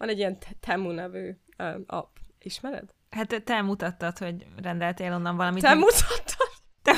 van egy ilyen Temu nevű app. Ismered? Hát te mutattad, hogy rendeltél onnan valamit. Te mutattad?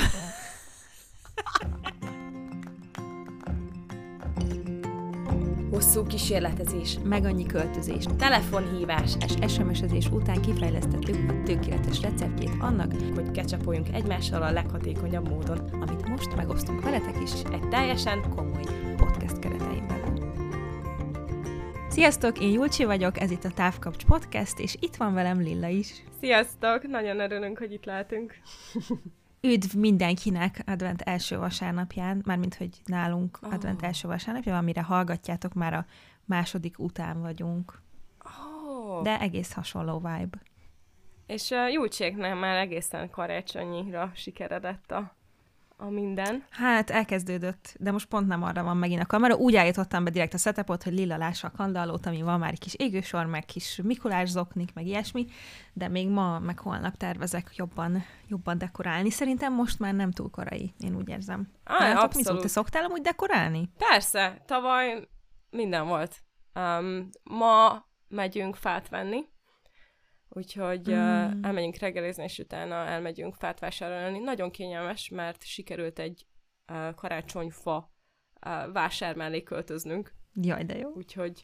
Hosszú kísérletezés, meg annyi költözés, telefonhívás, és SMS-ezés után kifejlesztettük a tökéletes receptjét annak, hogy ketchupoljunk egymással a leghatékonyabb módon, amit most megosztunk veletek is egy teljesen komoly podcast keretein belül. Sziasztok, én Julcsi vagyok, ez itt a Távkapcs Podcast, és itt van velem Lilla is. Sziasztok, nagyon örülünk, hogy itt lehetünk. Üdv mindenkinek advent első vasárnapján, mármint, hogy nálunk advent első vasárnapja, amire hallgatjátok, már a második után vagyunk. De egész hasonló vibe. És Julcséknál már egészen karácsonyira sikeredett a minden. Hát elkezdődött, de most pont nem arra van megint a kamera. Úgy állítottam be direkt a setupot, hogy Lilla lássa a kandallót, ami van már egy kis égősor, meg kis Mikulás zoknik, meg ilyesmi, de még ma, meg holnap tervezek jobban dekorálni. Szerintem most már nem túl korai, én úgy érzem. Abszolút. Te szoktál amúgy dekorálni? Persze, tavaly minden volt. Ma megyünk fát venni, úgyhogy elmegyünk reggelizni, és utána elmegyünk fát vásárolni. Nagyon kényelmes, mert sikerült egy karácsonyfa vásár mellé költöznünk. Jaj, de jó. Úgyhogy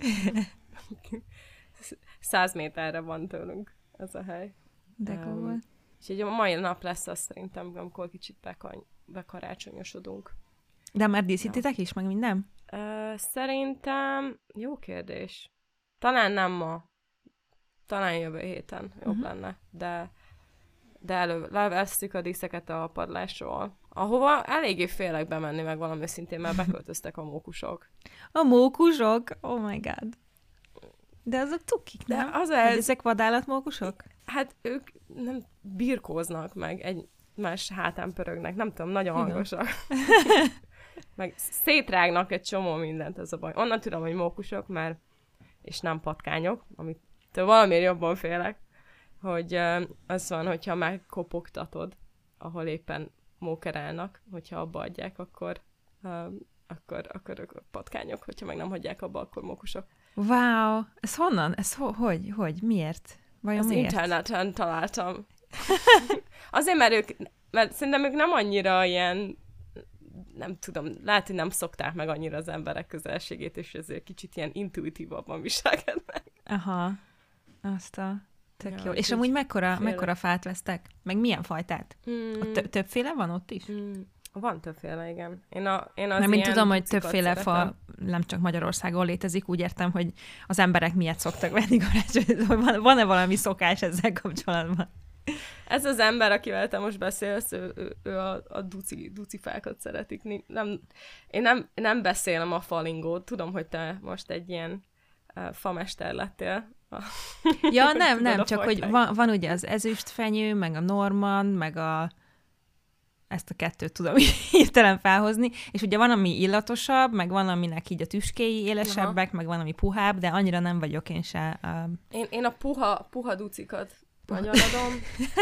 100 méterre van tőlünk ez a hely. De cool. Úgyhogy a mai nap lesz az szerintem, amikor kicsit bekarácsonyosodunk. De már díszítitek is, meg minden? Szerintem jó kérdés. Talán nem ma. Talán jövő héten jobb lenne, de levesztük a díszeket a padlásról, ahova eléggé félek bemenni, meg valami szintén, mert beköltöztek a mókusok. A mókusok? Oh my god. De azok cukik, nem? Ezek vadállatmókusok? Hát ők nem birkóznak meg, egymás hátán pörögnek, nem tudom, nagyon hangosak. Meg szétrágnak egy csomó mindent, ez a baj. Onnan tudom, hogy mókusok, mert és nem patkányok, amit valamiért jobban félek, hogy az van, hogyha megkopogtatod, ahol éppen mókerálnak, hogyha abba adják, akkor patkányok, hogyha meg nem hagyják abba, akkor mókusok. Wow! Ez honnan? Ez hogy? Miért? Vajon az miért? Interneten találtam. Azért, mert szerintem ők nem annyira ilyen, nem tudom, lehet, hogy nem szokták meg annyira az emberek közelségét, és ezért kicsit ilyen intuitívabban viselkednek. Aha. Tök jó. És amúgy mekkora fát vesztek? Meg milyen fajtát? Többféle van ott is? Van többféle, igen. Én az nem, tudom, hogy többféle fa nem csak Magyarországon létezik, úgy értem, hogy az emberek miért szoktak venni karácsonyra. Van-e valami szokás ezzel kapcsolatban? Ez az ember, akivel te most beszélsz, ő a duci fákat szeretik. Én nem beszélem a falingót. Tudom, hogy te most egy ilyen famester lettél. Ja, nem, csak hogy van ugye az ezüstfenyő, meg a Norman, meg ezt a kettőt tudom hirtelen felhozni, és ugye van, ami illatosabb, meg van, aminek így a tüskéi élesebbek, meg van, ami puhább, de annyira nem vagyok én se. Én a puha ducikat magyaradom,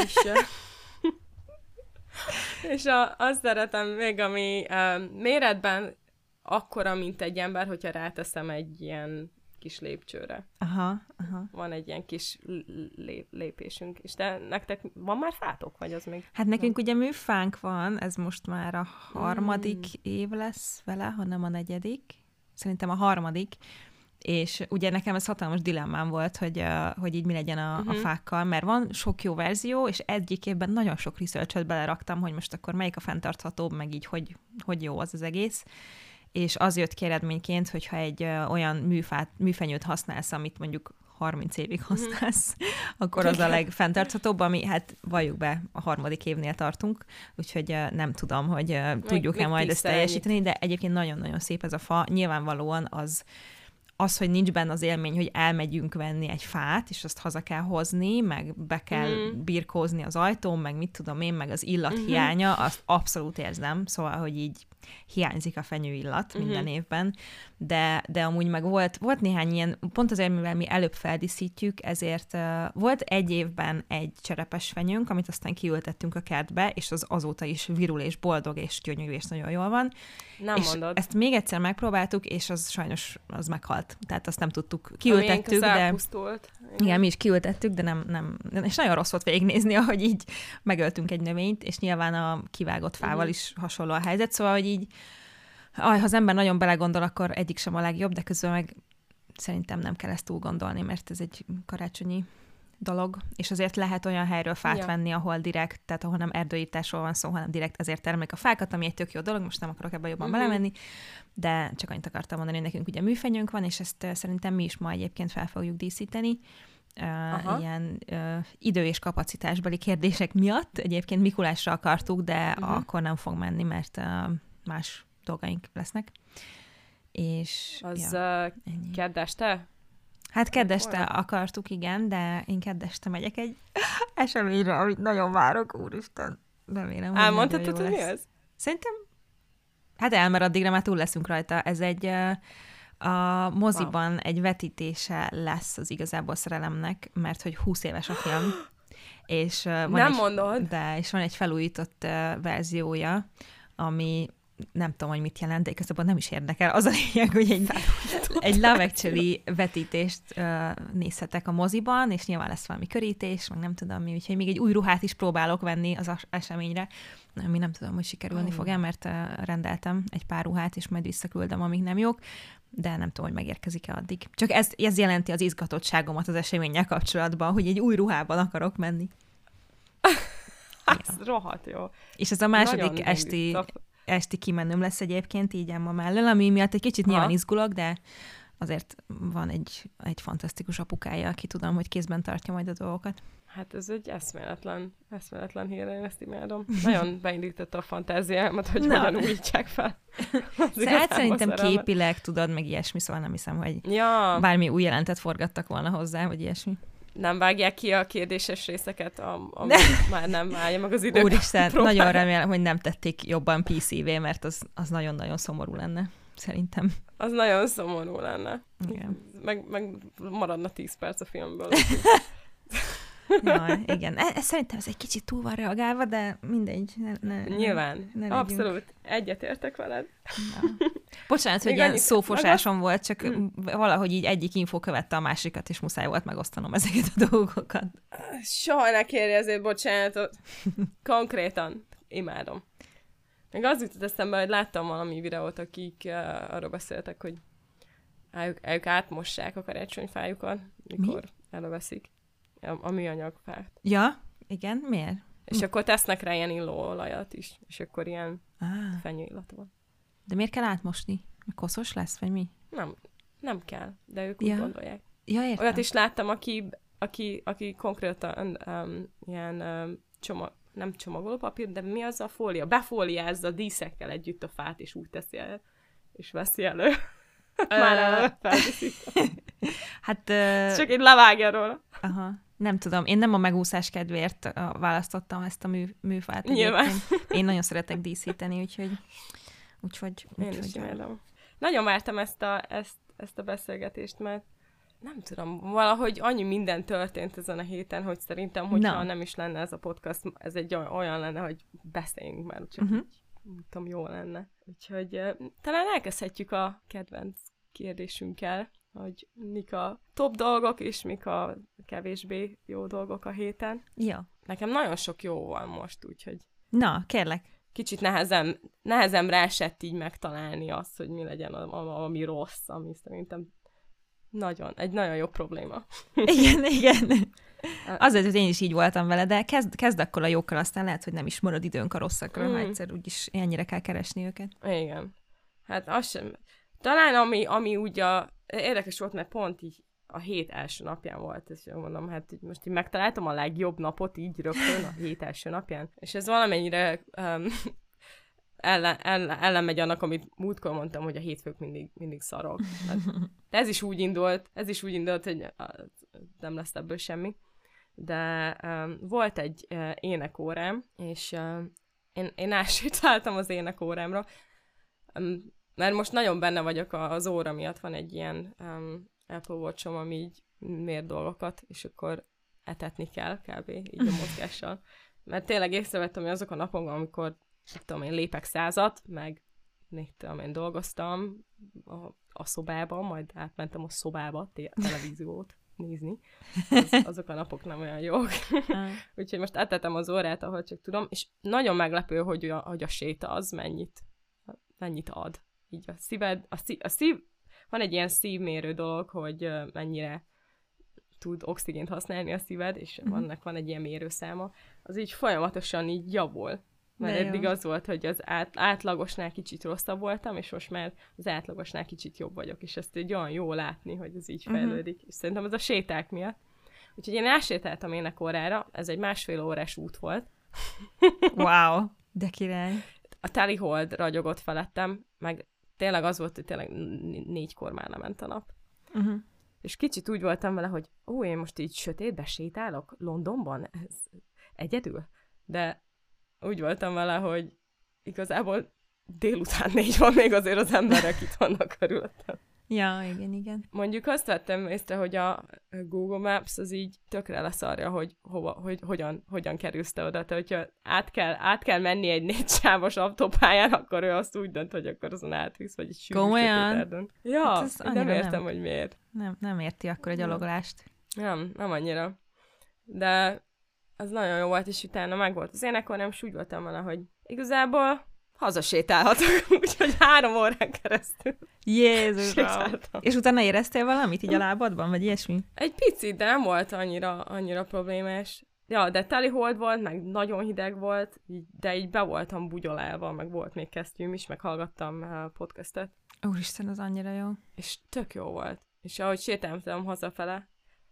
és azt szeretem még, ami méretben akkora, mint egy ember, hogyha ráteszem egy ilyen kis lépcsőre. Aha. Van egy ilyen kis lépésünk is. De nektek van már fátok, vagy az még? Hát nekünk ugye műfánk van, ez most már a 3. év lesz vele, hanem a 4. Szerintem a 3. És ugye nekem ez hatalmas dilemmám volt, hogy így mi legyen a fákkal, mert van sok jó verzió, és egyik évben nagyon sok research-öt beleraktam, hogy most akkor melyik a fenntarthatóbb, meg így, hogy jó az egész. És az jött ki eredményként, hogyha egy olyan műfenyőt használsz, amit mondjuk 30 évig használsz, akkor az a legfenntarthatóbb, ami hát valljuk be, a 3. évnél tartunk, úgyhogy nem tudom, hogy tudjuk-e majd ezt teljesíteni, de egyébként nagyon-nagyon szép ez a fa. Nyilvánvalóan az, hogy nincs benne az élmény, hogy elmegyünk venni egy fát, és azt haza kell hozni, meg be kell birkózni az ajtón, meg mit tudom én, meg az illat hiánya, azt abszolút érzem, szóval, hogy így hiányzik a fenyőillat minden évben, de amúgy meg volt néhány ilyen, pont azért, mivel mi előbb feldíszítjük, ezért volt egy évben egy cserepes fenyőnk, amit aztán kiültettünk a kertbe, és az azóta is virul és boldog és gyönyörű és nagyon jól van. Nem és mondod. Ezt még egyszer megpróbáltuk, és az sajnos meghalt. meghalt. Tehát azt nem tudtuk. A Kiültettük, miénk az de... elpusztult. Igen, mi is kiültettük, de nem, és nagyon rossz volt végignézni, ahogy így megöltünk egy növényt, és nyilván a kivágott fával is hasonló a helyzet, szóval, hogy így, ha az ember nagyon belegondol, akkor egyik sem a legjobb, de közben meg szerintem nem kell ezt túl gondolni, mert ez egy karácsonyi dolog, és azért lehet olyan helyről fát venni, ahol direkt, tehát ahol nem erdőírtásról van szó, hanem direkt azért termelik a fákat, ami egy tök jó dolog, most nem akarok ebbe jobban belemenni, de csak annyit akartam mondani, hogy nekünk ugye műfenyőnk van, és ezt szerintem mi is ma egyébként fel fogjuk díszíteni, ilyen idő- és kapacitásbeli kérdések miatt. Egyébként Mikulásra akartuk, de akkor nem fog menni, mert más dolgaink lesznek. És az kedd este? Hát kedd este akartuk, igen, de én kedd este megyek egy eseményre, amit nagyon várok, úristen. Remélem, hogy elmondhatod, hogy mi az? Szerintem, hát mert addigra már túl leszünk rajta. Ez egy a moziban egy vetítése lesz az Igazából Szerelemnek, mert hogy 20 éves a film. És mondod? De, és van egy felújított verziója, ami nem tudom, hogy mit jelent, de igazából nem is érdekel. Az a lényeg, hogy egy Love Actually vetítést nézhetek a moziban, és nyilván lesz valami körítés, meg nem tudom mi, úgyhogy még egy új ruhát is próbálok venni az eseményre. Mi nem tudom, hogy sikerülni fog-e, mert rendeltem egy pár ruhát, és majd visszaküldöm, amik nem jók, de nem tudom, hogy megérkezik-e addig. Csak ez jelenti az izgatottságomat az eseménnyel kapcsolatban, hogy egy új ruhában akarok menni. Ez rohadt jó. És ez a második esti kimenőm lesz egyébként, így Emma mellől, ami miatt egy kicsit nyilván izgulok, de azért van egy fantasztikus apukája, aki tudom, hogy kézben tartja majd a dolgokat. Hát ez egy eszméletlen hír, én ezt imádom. Nagyon beindította a fantáziámat, hogy hogyan újítsák fel. Hát szerintem képileg tudod, meg ilyesmi, szóval nem hiszem, hogy bármi új jelentet forgattak volna hozzá, vagy ilyesmi. Nem vágják ki a kérdéses részeket, ami már nem állja meg az időt. Úristen, nagyon remélem, hogy nem tették jobban PC-vé, mert az nagyon-nagyon szomorú lenne, szerintem. Az nagyon szomorú lenne. Igen. Meg maradna 10 perc a filmből. Ja, igen. Szerintem ez egy kicsit túl van reagálva, de mindegy. Nyilván. Abszolút. Egyetértek veled. Ja. Bocsánat, hogy ilyen szófosásom volt, csak valahogy így egyik info követte a másikat, és muszáj volt megosztanom ezeket a dolgokat. Soha ne kérj ezért bocsánatot. Konkrétan. Imádom. Meg az jutott eszembe, hogy láttam valami videót, akik arról beszéltek, hogy ők átmossák a karácsonyfájukat, mikor előveszik a műanyag fát. Ja, igen, miért? És akkor tesznek rá ilyen illóolajat is, és akkor ilyen fenyőillat van. De miért kell átmosni? Koszos lesz, vagy mi? Nem kell, de ők úgy gondolják. Ja, értem. Olyat is láttam, aki konkrétan ilyen nem csomagolópapír, de mi az a fólia? Befóliázza díszekkel együtt a fát, és úgy teszi el, és veszi elő. Már felviszik. Hát... Csak egy levágja róla. Aha. Nem tudom, én nem a megúszás kedvéért választottam ezt a műfát. Nyilván. Én nagyon szeretek díszíteni, úgyhogy én is imádom. Nagyon vártam ezt a beszélgetést, mert nem tudom, valahogy annyi minden történt ezen a héten, hogy szerintem, hogyha nem is lenne ez a podcast, ez egy olyan lenne, hogy beszéljünk már, csak így, nem tudom, jó lenne. Úgyhogy talán elkezdhetjük a kedvenc kérdésünkkel, hogy mik a top dolgok, és mik a kevésbé jó dolgok a héten. Ja. Nekem nagyon sok jó van most, úgyhogy... Na, kérlek. Kicsit nehezemre esett így megtalálni azt, hogy mi legyen, ami rossz, ami szerintem egy nagyon jó probléma. Igen. Azért, hogy én is így voltam vele, de kezd akkor a jókkal, aztán lehet, hogy nem is marad időnk a rosszakra, mert egyszer úgyis ennyire kell keresni őket. Igen. Hát az sem... Talán ami úgy érdekes volt, mert pont így a hét első napján volt, és mondom, hát most így megtaláltam a legjobb napot így rögtön a hét első napján, és ez valamennyire ellen megy annak, amit múltkor mondtam, hogy a hétfők mindig szarok. De ez is úgy indult, hogy nem lesz ebből semmi. De volt egy énekórám, és én átsétáltam az énekórámra, mert most nagyon benne vagyok az óra miatt, van egy ilyen Apple Watch-om, ami így mér dolgokat, és akkor etetni kell kb. Így a mozgással. Mert tényleg észrevettem, hogy azok a napok, amikor én lépek 100-at, meg én dolgoztam a a szobában, majd átmentem a szobába a televíziót nézni. Azok a napok nem olyan jók. Úgyhogy most áttettem az órát, ahol csak tudom, és nagyon meglepő, hogy a séta az mennyit ad. Így a szíved, a szív, van egy ilyen szívmérő dolog, hogy mennyire tud oxigént használni a szíved, és van egy ilyen mérőszáma, az így folyamatosan így javul. Mert eddig az volt, hogy az átlagosnál kicsit rosszabb voltam, és most már az átlagosnál kicsit jobb vagyok, és ezt egy olyan jó látni, hogy ez így fejlődik. És szerintem ez a séták miatt. Úgyhogy én elsétáltam énekorrára, ez egy 1,5 órás út volt. Wow, de király. A teli hold ragyogott felettem, meg tényleg az volt, hogy tényleg 4-kor már lement a nap. És kicsit úgy voltam vele, hogy én most így sötétbe sétálok Londonban, ez egyedül. De úgy voltam vele, hogy igazából délután 4 van, még azért az emberek itt vannak körülöttem. Ja, igen. Mondjuk azt vettem észre, hogy a Google Maps az így tökre leszarja, hogy hogyan kerülsz te oda. Te, hogyha át kell menni egy 4 sávos autópályán, akkor ő azt úgy dönt, hogy akkor azon átvisz, vagy egy sűrű sötéterdön. Ja, hát nem értem, hogy miért. Nem érti akkor a gyalogolást. Nem annyira. De az nagyon jó volt, és utána megvolt az énekorrám, és úgy voltam vele, hogy igazából hazasétálhatok, úgyhogy 3 órán keresztül. Jézusom! És utána éreztél valamit így a lábadban, vagy ilyesmi? Egy picit, de nem volt annyira problémás. Ja, de teli hold volt, meg nagyon hideg volt, de így be voltam bugyolálva, meg volt még kesztyűm is, meg hallgattam podcastet. Úristen, az annyira jó. És tök jó volt. És ahogy sétáltam hazafele,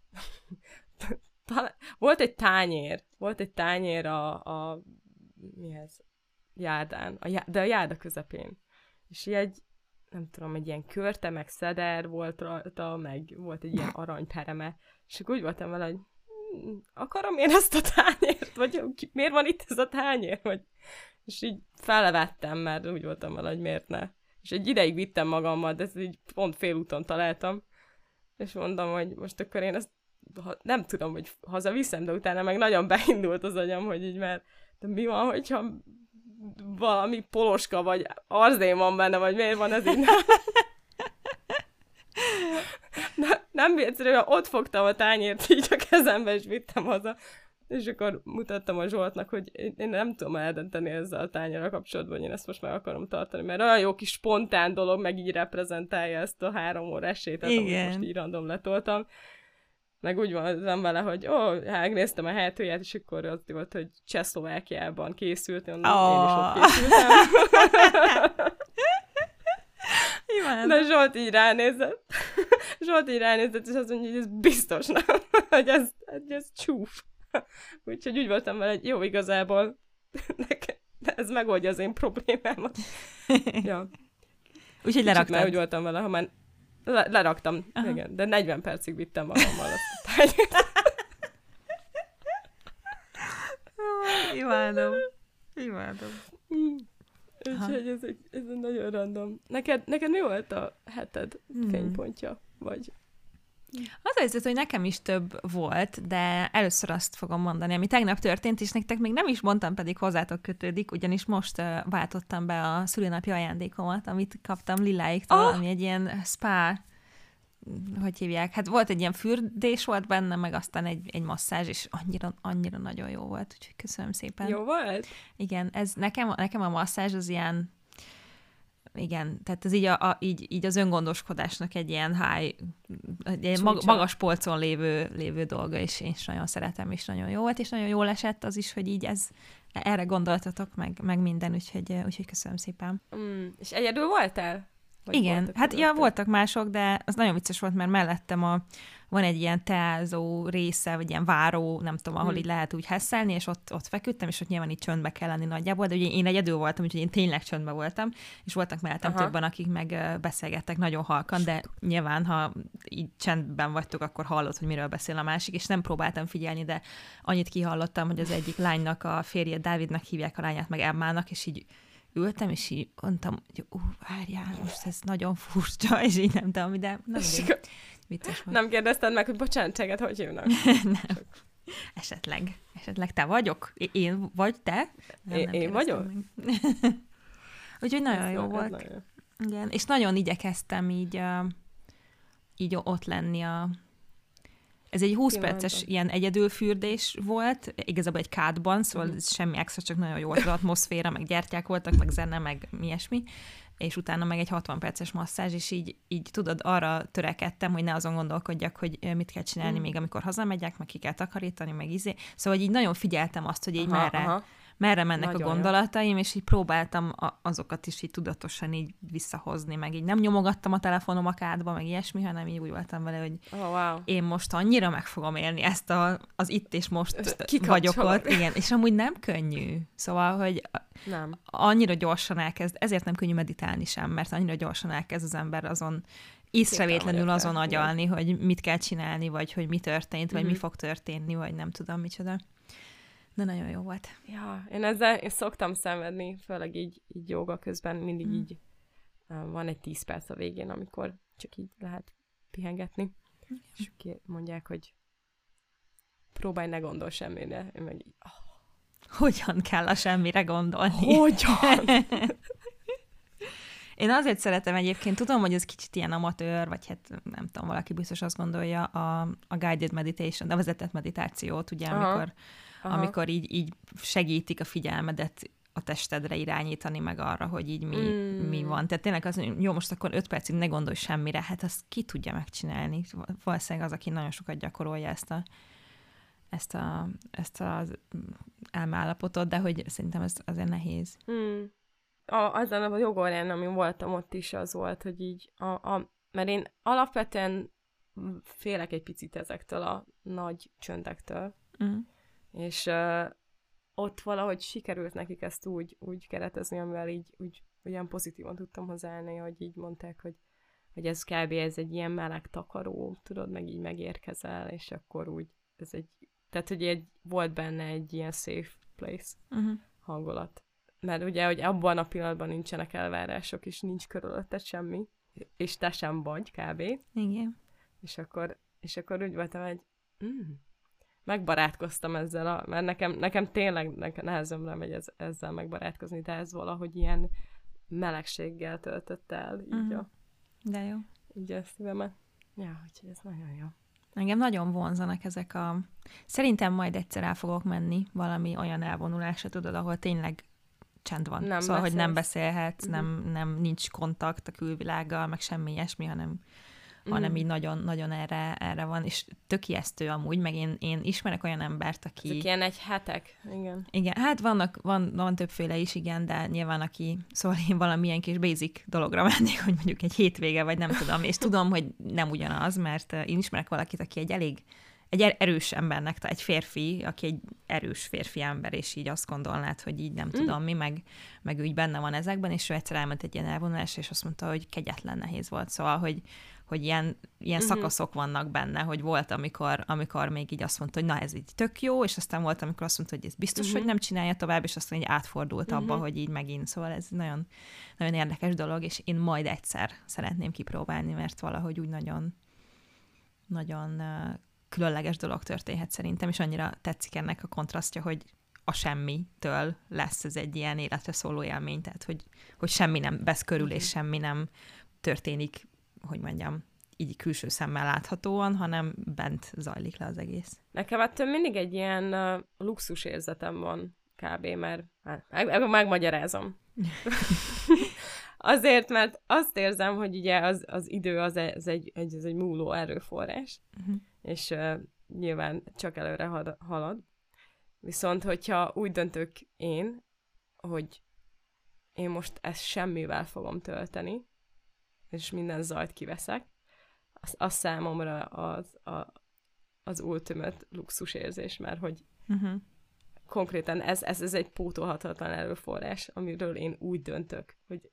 volt egy tányér a mihez? Járdán, de a járda közepén. És egy, nem tudom, egy ilyen körte, meg szeder volt rajta, meg volt egy ilyen aranypereme. És akkor úgy voltam vele, hogy akarom én ezt a tányért? Vagy miért van itt ez a tányér? És így felvettem, mert úgy voltam vele, hogy miért ne. És egy ideig vittem magammal, de ezt így pont félúton találtam. És mondom, hogy most akkor én ezt nem tudom, hogy hazaviszem, de utána meg nagyon beindult az agyam, hogy így mert de mi van, hogyha valami poloska, vagy arzén van benne, vagy miért van ez így? Nem egyszerűen ott fogtam a tányért így a kezembe, és vittem haza. És akkor mutattam a Zsoltnak, hogy én nem tudom eldönteni ezzel a tányérral kapcsolatban, hogy én ezt most meg akarom tartani, mert olyan jó kis spontán dolog, meg így reprezentálja ezt a 3 órás sétát, amit most így random letoltam. Meg úgy van vele, hogy megnéztem a helytőjét, és akkor az volt, hogy Csehszlovákiában készült, én is ott készültem. De Zsolt így ránézett. És azt mondja, hogy ez biztos nem, hogy ez csúf. Úgyhogy úgy voltam vele, hogy jó, igazából ez megoldja az én problémámat. Ja. Úgyhogy leraktad. Mert úgy voltam vele, ha már leraktam, igen, de 40 percig vittem magammal azt a tányért. Imádom. Úgyhogy ez egy nagyon random. Neked mi volt a heted fénypontja? Vagy... Az a helyzet, hogy nekem is több volt, de először azt fogom mondani, ami tegnap történt, és nektek még nem is mondtam, pedig hozzátok kötődik, ugyanis most váltottam be a szülinapi ajándékomat, amit kaptam Liláiktól, ami egy ilyen spa, hogy hívják, hát volt egy ilyen fürdés volt benne, meg aztán egy masszázs, és annyira nagyon jó volt, úgyhogy köszönöm szépen. Jó volt? Igen, ez nekem a masszázs az ilyen, igen, tehát ez így az öngondoskodásnak egy ilyen egy magas polcon lévő dolga, és én is nagyon szeretem, és nagyon jó volt, és nagyon jól esett az is, hogy így erre gondoltatok, meg minden, úgyhogy köszönöm szépen. És egyedül voltál? Vagy igen, hát voltak mások, de az nagyon vicces volt, mert mellettem van egy ilyen teázó része, vagy ilyen váró, nem tudom, ahol így lehet úgy hesszelni, és ott feküdtem, és ott nyilván így csöndbe kell lenni nagyjából, de ugye én egyedül voltam, úgyhogy én tényleg csöndbe voltam, és voltak mellettem többen, akik meg beszélgettek nagyon halkan, de nyilván, ha így csendben vagytok, akkor hallod, hogy miről beszél a másik, és nem próbáltam figyelni, de annyit kihallottam, hogy az egyik lánynak a férje Dávidnak hívják a lányát, meg Emmának, és így ültem, és így mondtam, hogy várjál, most ez nagyon furcsa, és így nem tudom, de nem vicces volt. Nem kérdezted meg, hogy bocsánat, téged hogy hívnak? Nem. Esetleg te vagyok? Én vagy te? Én vagyok? Úgyhogy nagyon jó volt. Igen, és nagyon igyekeztem így ott lenni Ez egy 20 perces ilyen egyedülfürdés volt, igazából egy kádban, szóval semmi extra, csak nagyon jó volt az atmoszféra, meg gyertyák voltak, meg zene, meg ilyesmi, és utána meg egy 60 perces masszázs, és így tudod, arra törekedtem, hogy ne azon gondolkodjak, hogy mit kell csinálni még, amikor hazamegyek, meg ki kell takarítani, meg Szóval így nagyon figyeltem azt, hogy így merre mennek nagyon a gondolataim, és így próbáltam azokat is így tudatosan így visszahozni, meg így nem nyomogattam a telefonom a kádba, meg ilyesmi, hanem így úgy voltam vele, hogy én most annyira meg fogom élni ezt az itt és most vagyok ott. Igen, és amúgy nem könnyű. Szóval, hogy nem. Annyira gyorsan elkezd, ezért nem könnyű meditálni sem, mert annyira gyorsan elkezd az ember azon észrevétlenül azon agyalni, hogy mit kell csinálni, vagy hogy mi történt, vagy mi fog történni, vagy nem tudom micsoda. De nagyon jó volt. Ja, én szoktam szenvedni, főleg így jóga közben mindig így van egy 10 perc a végén, amikor csak így lehet pihengetni. És mondják, hogy próbálj ne gondolj semmire. Én meg így, Hogyan kell a semmire gondolni? Hogyan? Én azért szeretem egyébként, tudom, hogy ez kicsit ilyen amatőr, vagy hát nem tudom, valaki biztos azt gondolja, a guided meditation, a vezetett meditációt, ugye, amikor így segítik a figyelmedet a testedre irányítani, meg arra, hogy így mi van. Tehát tényleg az, jó, most akkor 5 percig ne gondolj semmire, hát azt ki tudja megcsinálni. Valószínűleg az, aki nagyon sokat gyakorolja ezt az elmeállapotot, de hogy szerintem ez azért nehéz. Azon a jogórán, amin voltam, ott is az volt, hogy így, mert én alapvetően félek egy picit ezektől a nagy csöndektől, és ott valahogy sikerült nekik ezt úgy keretezni, amivel így olyan pozitívan tudtam hozzáállni, hogy így mondták, hogy ez kb. Ez egy ilyen meleg takaró, tudod, meg így megérkezel, és akkor úgy, tehát hogy volt benne egy ilyen safe place hangulat. Mert ugye, hogy abban a pillanatban nincsenek elvárások, és nincs körülötted semmi, és te sem vagy, kb. Igen. És akkor úgy voltam, hogy megbarátkoztam ezzel, mert nekem tényleg nehezemre megy ezzel megbarátkozni, de ez valahogy ilyen melegséggel töltött el, így de jó. Így a szívemet. Ja, úgyhogy ez nagyon jó. Engem nagyon vonzanak ezek Szerintem majd egyszer el fogok menni valami olyan elvonulásra, tudod, ahol tényleg csend van. Szóval, beszélsz. Hogy nem beszélhetsz, nem nincs kontakt a külvilággal, meg semmi ilyesmi, hanem így nagyon-nagyon erre van, és tök ijesztő amúgy, meg én ismerek olyan embert, aki... Ezek ilyen egy hetek, igen. Igen, hát van többféle is, igen, de nyilván szóval én valamilyen kis basic dologra mennék, hogy mondjuk egy hétvége, vagy nem tudom, és tudom, hogy nem ugyanaz, mert én ismerek valakit, aki egy erős embernek, egy férfi, aki egy erős férfi ember, és így azt gondolnád, hogy így nem tudom mi, meg úgy benne van ezekben, és ő egyszer elment egy ilyen elvonulásra, és azt mondta, hogy kegyetlen nehéz volt. Szóval, hogy ilyen szakaszok vannak benne, hogy volt, amikor még így azt mondta, hogy na ez így tök jó, és aztán volt, amikor azt mondta, hogy ez biztos, hogy nem csinálja tovább, és aztán így átfordult abba, hogy így megint. Szóval ez nagyon, nagyon érdekes dolog, és én majd egyszer szeretném kipróbálni, mert valahogy úgy nagyon különleges dolog történhet szerintem, és annyira tetszik ennek a kontrasztja, hogy a semmitől lesz ez egy ilyen életre szóló élmény, tehát hogy semmi nem vesz körül, és semmi nem történik, hogy mondjam, így külső szemmel láthatóan, hanem bent zajlik le az egész. Nekem ettől mindig egy ilyen luxus érzetem van kb., mert megmagyarázom. Azért, mert azt érzem, hogy ugye az idő az egy múló erőforrás, és nyilván csak előre halad. Viszont, hogyha úgy döntök én, hogy én most ezt semmivel fogom tölteni, és minden zajt kiveszek, az számomra az ultimate luxusérzés, nem hogy konkrétan ez egy pótolhatatlan erőforrás, amiről én úgy döntök, hogy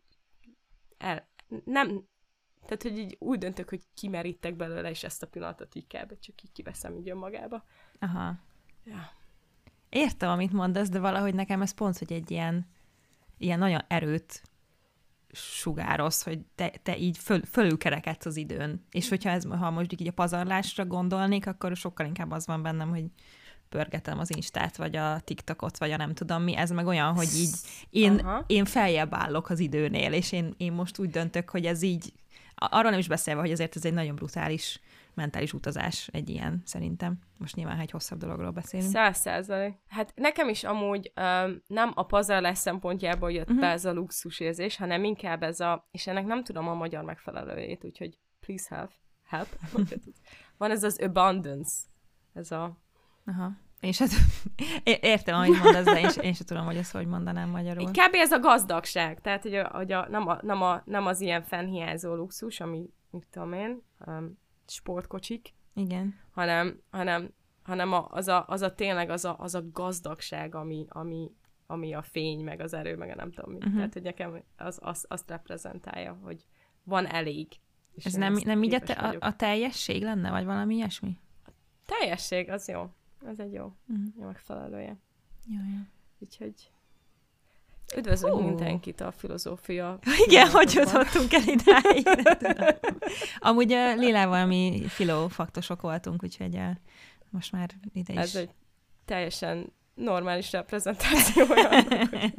nem, tehát, hogy így úgy döntök, hogy kimerítek belőle, és ezt a pillanatot így kell, csak így kiveszem így önmagába. Aha. Ja. Értem, amit mondasz, de valahogy nekem ez pont, hogy egy ilyen nagyon erőt sugároz, hogy te így fölülkerekedsz az időn. És ha most így a pazarlásra gondolnék, akkor sokkal inkább az van bennem, hogy pörgetem az Instát, vagy a TikTokot, vagy a nem tudom mi, ez meg olyan, hogy így én feljebb állok az időnél, és én most úgy döntök, hogy ez így, arról nem is beszélve, hogy azért ez egy nagyon brutális mentális utazás egy ilyen, szerintem. Most nyilván, ha egy hosszabb dologról beszélünk. 100%. Hát nekem is amúgy nem a pazarlás szempontjából jött be ez a luxusérzés, hanem inkább ez és ennek nem tudom a magyar megfelelőjét, úgyhogy please help. Van ez az abundance. Ez a... Aha. Értem, ahogy mondasz, de én sem tudom, hogy ezt hogy mondanám magyarul. Kb. Ez a gazdagság. Tehát, hogy nem az ilyen fennhiányzó luxus, ami, mit tudom én, sportkocsik, igen, hanem az a tényleg az a gazdagság, ami a fény, meg az erő, meg a nem tudom mit. Tehát, hogy nekem azt reprezentálja, hogy van elég. Ez nem így a teljesség lenne, vagy valami ilyesmi? A teljesség, az jó. Ez egy jó megfelelője. Jó. Úgyhogy üdvözlünk mindenkit a filozófia. Igen, hogy jutottunk el idáig. Amúgy Lilával mi filófaktosok voltunk, úgyhogy most már ide is. Ez egy teljesen normális reprezentációja annak, hogy...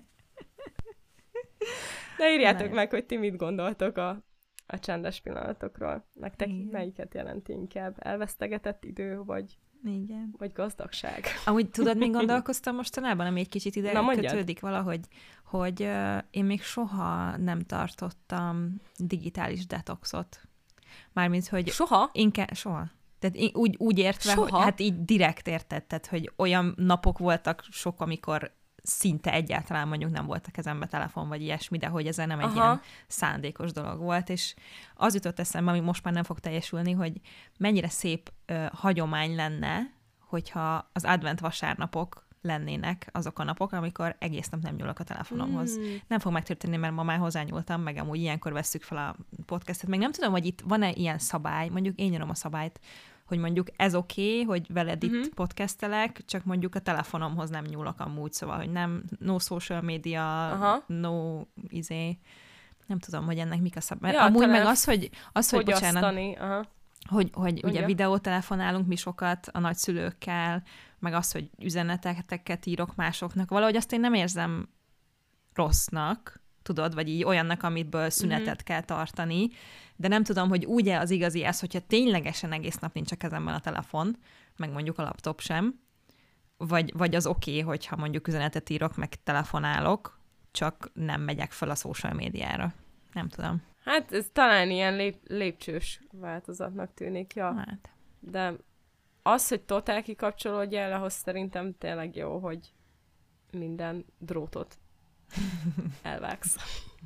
De írjátok meg, hogy ti mit gondoltok a csendes pillanatokról. Nektek melyiket jelenti inkább? Elvesztegetett idő, vagy gazdagság? Amúgy tudod, min gondolkoztam mostanában, ami egy kicsit ide kötődik valahogy, hogy én még soha nem tartottam digitális detoxot. Mármint, hogy... Soha? Soha. Tehát úgy értve, soha? Hogy hát így direkt érted, tehát, hogy olyan napok voltak sok, amikor szinte egyáltalán mondjuk nem volt a kezembe telefon, vagy ilyesmi, de hogy ez nem egy ilyen szándékos dolog volt, és az jutott eszembe, ami most már nem fog teljesülni, hogy mennyire szép hagyomány lenne, hogyha az advent vasárnapok lennének azok a napok, amikor egész nap nem nyúlok a telefonomhoz. Nem fog megtörténni, mert ma már hozzányúltam, meg amúgy ilyenkor vesszük fel a podcastet. Meg nem tudom, hogy itt van-e ilyen szabály, mondjuk én nyitom a szabályt, hogy mondjuk ez oké, hogy veled itt podcastelek, csak mondjuk a telefonomhoz nem nyúlok amúgy, szóval, hogy nem, no social media, no nem tudom, hogy ennek mik a szabály. Ja, amúgy meg az, hogy bocsánat, hogy ugye videótelefonálunk mi sokat a nagyszülőkkel, meg az, hogy üzeneteket írok másoknak, valahogy azt én nem érzem rossznak, tudod, vagy így olyannak, amitből szünetet kell tartani, de nem tudom, hogy úgy-e az igazi ez, hogyha ténylegesen egész nap nincs a kezemben a telefon, meg mondjuk a laptop sem, vagy az oké, hogyha mondjuk üzenetet írok, meg telefonálok, csak nem megyek fel a social médiára. Nem tudom. Hát ez talán ilyen lépcsős változatnak tűnik, ja. Hát. De az, hogy totál kikapcsolódjál, ahhoz szerintem tényleg jó, hogy minden drótot elvágsz.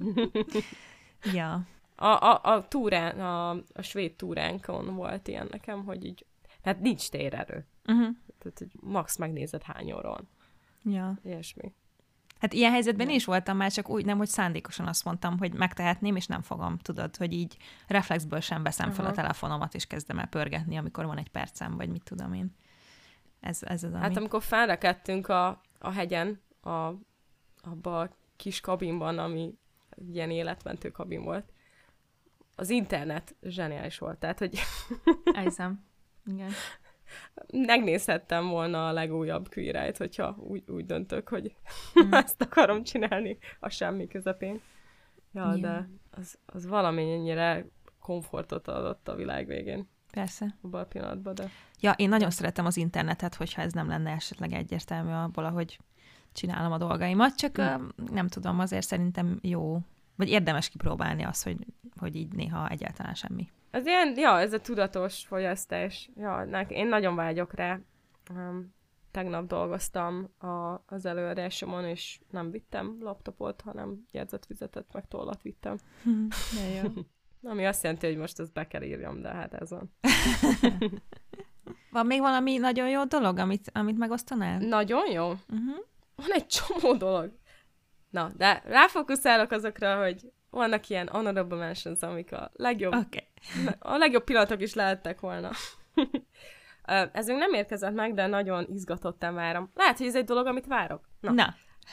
Ja. A túrán, a svéd túránkon volt ilyen nekem, hogy így, hát nincs térerő. Tehát, hogy max megnézed hány óron. Ja. Ilyesmi. Hát ilyen helyzetben is voltam már, csak úgy nem, hogy szándékosan azt mondtam, hogy megtehetném, és nem fogom, tudod, hogy így reflexből sem veszem fel a telefonomat, és kezdem el pörgetni, amikor van egy percem, vagy mit tudom én. Ez az, ami... Hát amikor felrekedtünk a hegyen, abba a kis kabinban, ami ilyen életmentő kabin volt, az internet zseniális volt, tehát, hogy... Elhiszem. Igen. Megnézhettem volna a legújabb Queer Eye-t, hogyha úgy döntök, hogy ezt akarom csinálni a semmi közepén. Ja, de az valamennyire komfortot adott a világ végén. Persze. Abban a pillanatban, de... Ja, én nagyon szeretem az internetet, hogyha ez nem lenne esetleg egyértelmű abból, ahogy csinálom a dolgaimat, csak nem tudom, azért szerintem jó, vagy érdemes kipróbálni azt, hogy így néha egyáltalán semmi. Ez ilyen, ez a tudatos fogyasztás. Ja, én nagyon vágyok rá. Tegnap dolgoztam az előadásomon, és nem vittem laptopot, hanem jegyzetfüzetet, meg tollat vittem. Jó. Ami azt jelenti, hogy most ezt be kell írjam, de hát ez van. Van még valami nagyon jó dolog, amit megosztanál? Nagyon jó? Van egy csomó dolog. Na, de ráfókuszálok azokra, hogy vannak ilyen honorable mentions, amik a legjobb pillanatok is lehettek volna. Ez még nem érkezett meg, de nagyon izgatottan várom. Lehet, hogy ez egy dolog, amit várok. Na.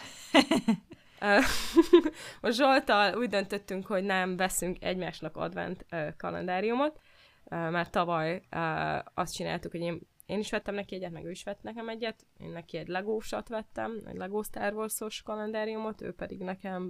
Most Zsolttal úgy döntöttünk, hogy nem veszünk egymásnak advent kalendáriumot. Már tavaly azt csináltuk, hogy én én is vettem neki egyet, meg ő is vett nekem egyet. Én neki egy Legósat vettem, egy Lego Star Wars-os kalendáriumot, ő pedig nekem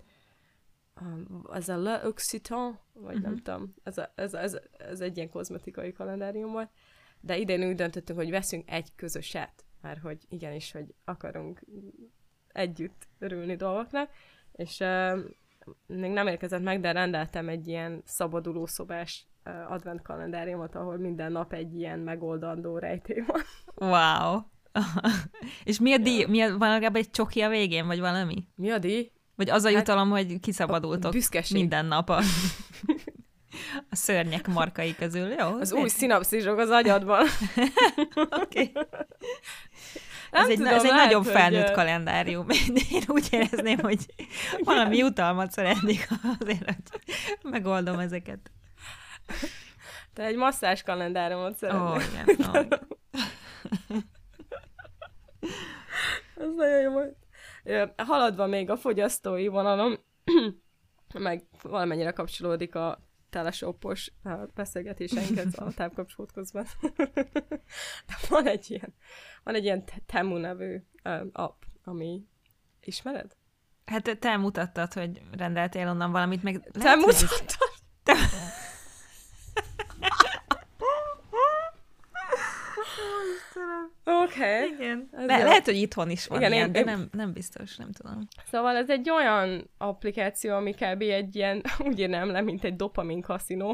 ez a Le Occitan, vagy nem tudom, ez egy ilyen kozmetikai kalendárium volt. De idén úgy döntöttünk, hogy veszünk egy közöset, mert hogy igenis, hogy akarunk együtt örülni dolgoknak, és még nem érkezett meg, de rendeltem egy ilyen szabadulószobás advent kalendáriumot, ahol minden nap egy ilyen megoldandó rejtély van. Wow! És mi a díj? Van legalább egy csoki a végén, vagy valami? Mi a díj? Vagy az a jutalom, hogy kiszabadultok minden nap a szörnyek markai közül, jó? Az új szinapszisok az agyadban. Oké. Ez egy nagyon felnőtt kalendárium. Én úgy érezném, hogy valami jutalmat szeretnék azért, hogy megoldom ezeket. Te egy masszás kalendáriumot szeretnél. Igen. Ez nagyon jó volt. Haladva még a fogyasztói vonalon, meg valamennyire kapcsolódik a teleshopos beszélgetéseinket a távkapcsolódkozban. De van egy ilyen Temu nevű app, ami... Ismered? Hát te mutattad, hogy rendeltél onnan valamit, meg... Te mutattad? Oké. Igen. Lehet, hogy itthon is van ilyen, de nem biztos, nem tudom. Szóval ez egy olyan applikáció, ami kb. Egy ilyen, úgy írnám le, mint egy dopamin kaszinó.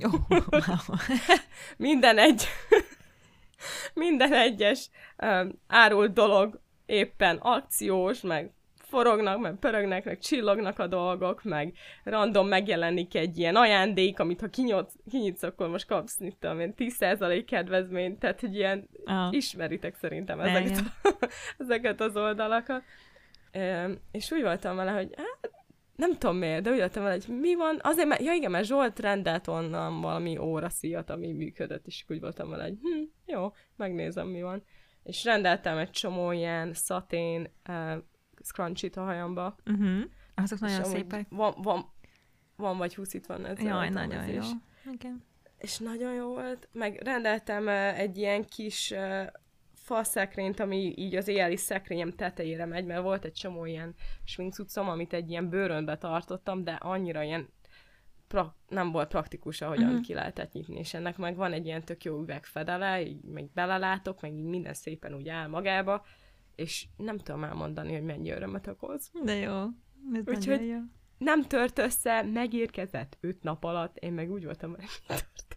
Minden egyes árult dolog éppen akciós, meg forognak, meg pörögnek, meg csillognak a dolgok, meg random megjelenik egy ilyen ajándék, amit ha kinyitsz, akkor most kapsz, mit tudom én, 10% kedvezményt, tehát hogy ilyen ismeritek szerintem ezeket az oldalakat. És úgy voltam vele, hogy nem tudom miért, de úgy voltam vele, hogy mi van, azért, mert Zsolt rendelt onnan valami óraszíjat, ami működött, és úgy voltam vele, hogy jó, megnézem, mi van. És rendeltem egy csomó ilyen szatén scrunchit a hajamba. Azok nagyon szépek. Van vagy 20 itt van ez. Jaj, nagyon jó. Okay. És nagyon jó volt. Meg rendeltem egy ilyen kis faszekrényt, ami így az éjjeli szekrényem tetejére megy, mert volt egy csomó ilyen sminkcuccom, amit egy ilyen bőrönbe tartottam, de annyira ilyen nem volt praktikus, ahogyan ki lehetett nyitni, és ennek meg van egy ilyen tök jó üvegfedele, így meg belelátok, meg így minden szépen úgy áll magába, és nem tudom elmondani, hogy mennyi örömet okoz. De jó. Úgyhogy jó. Nem tört össze, megérkezett 5 nap alatt, én meg úgy voltam, hogy tört.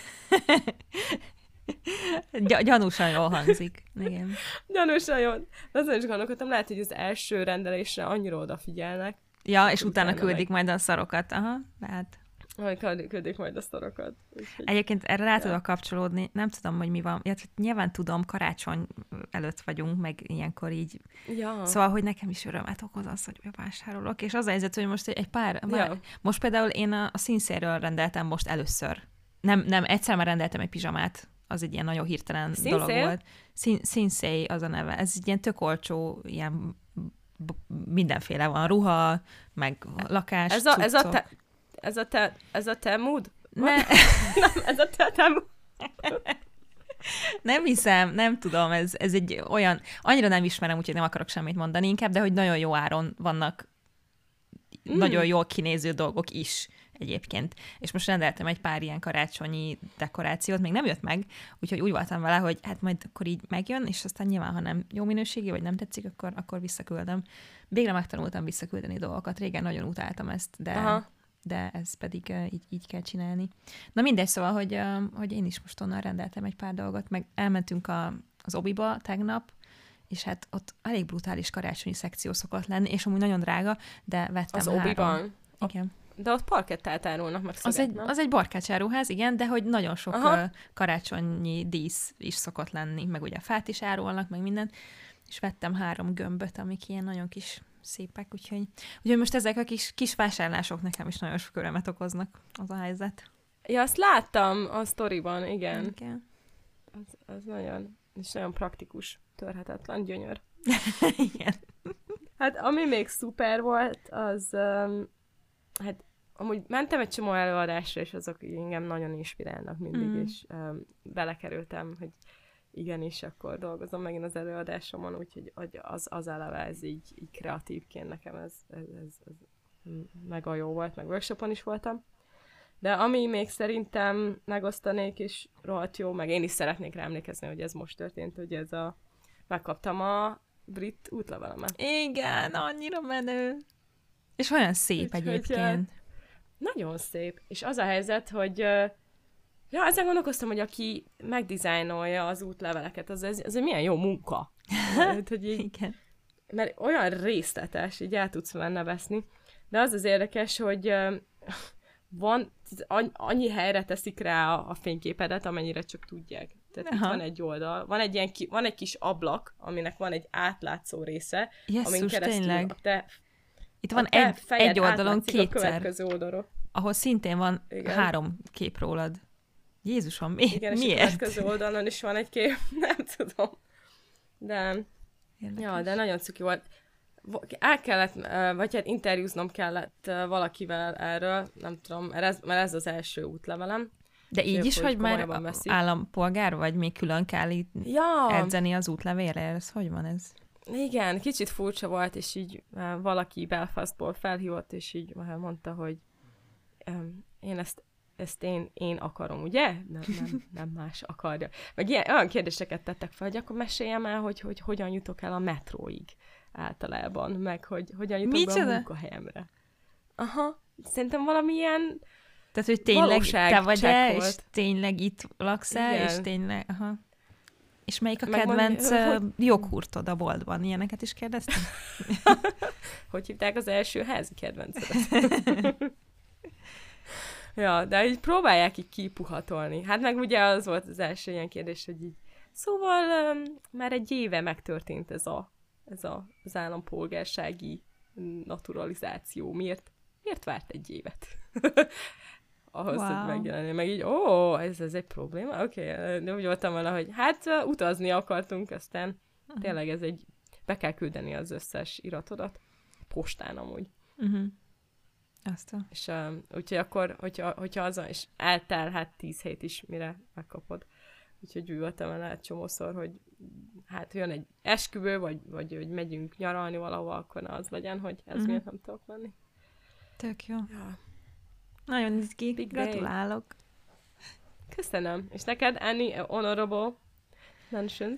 Gyanúsan jól hangzik. Igen. Gyanúsan jól. Azon is gondolkodtam, lehet, hogy az első rendelésre annyira odafigyelnek. Ja, és utána küldik majd a szarokat. Aha, lehet. Majd küldik majd a szarokat. Úgyhogy... Egyébként erre rá tudok kapcsolódni, nem tudom, hogy mi van. Ja, nyilván tudom, karácsony előtt vagyunk, meg ilyenkor így. Ja. Szóval, hogy nekem is örömet okoz az, hogy vásárolok. És az a helyzet, hogy most egy pár... Ja. Most például én a Sincere-ről rendeltem most először. Nem, egyszer már rendeltem egy pizsamát. Az egy ilyen nagyon hirtelen dolog volt. Sincere az a neve. Ez egy ilyen tök olcsó, ilyen mindenféle van. Ruha, meg lakás, Ez a Temud? Nem, ez a Temud. Nem hiszem, nem tudom, ez egy olyan, annyira nem ismerem, úgyhogy nem akarok semmit mondani inkább, de hogy nagyon jó áron vannak nagyon jól kinéző dolgok is egyébként. És most rendeltem egy pár ilyen karácsonyi dekorációt, még nem jött meg, úgyhogy úgy voltam vele, hogy hát majd akkor így megjön, és aztán nyilván, ha nem jó minőségi, vagy nem tetszik, akkor visszaküldöm. Végre megtanultam visszaküldeni dolgokat, régen nagyon utáltam ezt, de ez pedig így kell csinálni. Na mindegy, szóval, hogy én is most onnan rendeltem egy pár dolgot, meg elmentünk az Obiba tegnap, és hát ott elég brutális karácsonyi szekció szokott lenni, és amúgy nagyon drága, de vettem az Obiban? Igen. De ott parkettát árulnak meg szöget, az egy barkácsáruház, igen, de hogy nagyon sok karácsonyi dísz is szokott lenni, meg ugye fát is árulnak, meg minden, és vettem 3 gömböt, amik ilyen nagyon kis szépek, úgyhogy most ezek a kis vásárlások nekem is nagyon sok örömet okoznak, az a helyzet. Ja, azt láttam a sztoriban, igen. Az nagyon, és nagyon praktikus, törhetetlen, gyönyör. Igen. Hát ami még szuper volt, az hát amúgy mentem egy csomó előadásra, és azok engem nagyon inspirálnak mindig, és belekerültem, hogy igenis, akkor dolgozom megint az előadásomon, úgyhogy az eleve ez így kreatívként nekem ez mega jó volt, meg workshopon is voltam. De ami még szerintem megosztanék, és rohadt jó, meg én is szeretnék rá emlékezni, hogy ez most történt, hogy megkaptam a brit útlevelemet. Igen, annyira menő. És olyan szép egyébként. Nagyon szép. És az a helyzet, hogy ezen gondolkoztam, hogy aki megdizájnolja az útleveleket, az egy milyen jó munka. Hogy így, igen. Mert olyan részletes, így el tudsz benne veszni. De az az érdekes, hogy annyi helyre teszik rá a fényképedet, amennyire csak tudják. Tehát itt van egy oldal, van egy kis ablak, aminek van egy átlátszó része, amin keresztül itt van egy oldalon kétszer, a következő oldalról. Ahol szintén van 3 kép rólad. Jézusom, miért? És a következő oldalon is van egy kép, nem tudom. De nagyon cuki volt. El kellett, vagy hát interjúznom kellett valakivel erről, nem tudom, mert ez az első útlevelem. De így is, hogy már állampolgár vagy, még külön kell edzeni az útlevélre? Ez hogy van ez? Igen, kicsit furcsa volt, és így valaki Belfastból felhívott, és így mondta, hogy ezt én akarom, ugye? Nem más akarja. Meg olyan kérdéseket tettek fel, hogy akkor meséljem el, hogy hogyan jutok el a metróig általában, meg hogy hogyan jutok be a munkahelyemre. Aha, szerintem valamilyen tehát, hogy tényleg te vagy és tényleg itt laksz el, és tényleg, aha. És melyik a kedvenc joghurtod a boltban? Ilyeneket is kérdeztem? Hogy hívták az első házi kedvencedet? Ja, de így próbálják így kipuhatolni. Hát meg ugye az volt az első ilyen kérdés, hogy így szóval már egy éve megtörtént ez az állampolgársági naturalizáció. Miért várt egy évet? Ahhoz, hogy megjelenni. Meg így, ez egy probléma? Oké, de úgy voltam vele, hogy hát utazni akartunk, aztán tényleg be kell küldeni az összes iratodat. Postán amúgy. És úgyhogy akkor, hogyha az, és eltelhet 10 hét is, mire megkapod. Úgyhogy úgy voltam vele egy csomószor, hogy hát jön egy esküvő, vagy hogy megyünk nyaralni valahova, akkor az legyen, hogy ez miért nem tudok menni. Tök jó. Ja. Nagyon izgi. Gratulálok. Köszönöm. És neked, any honorable mentions?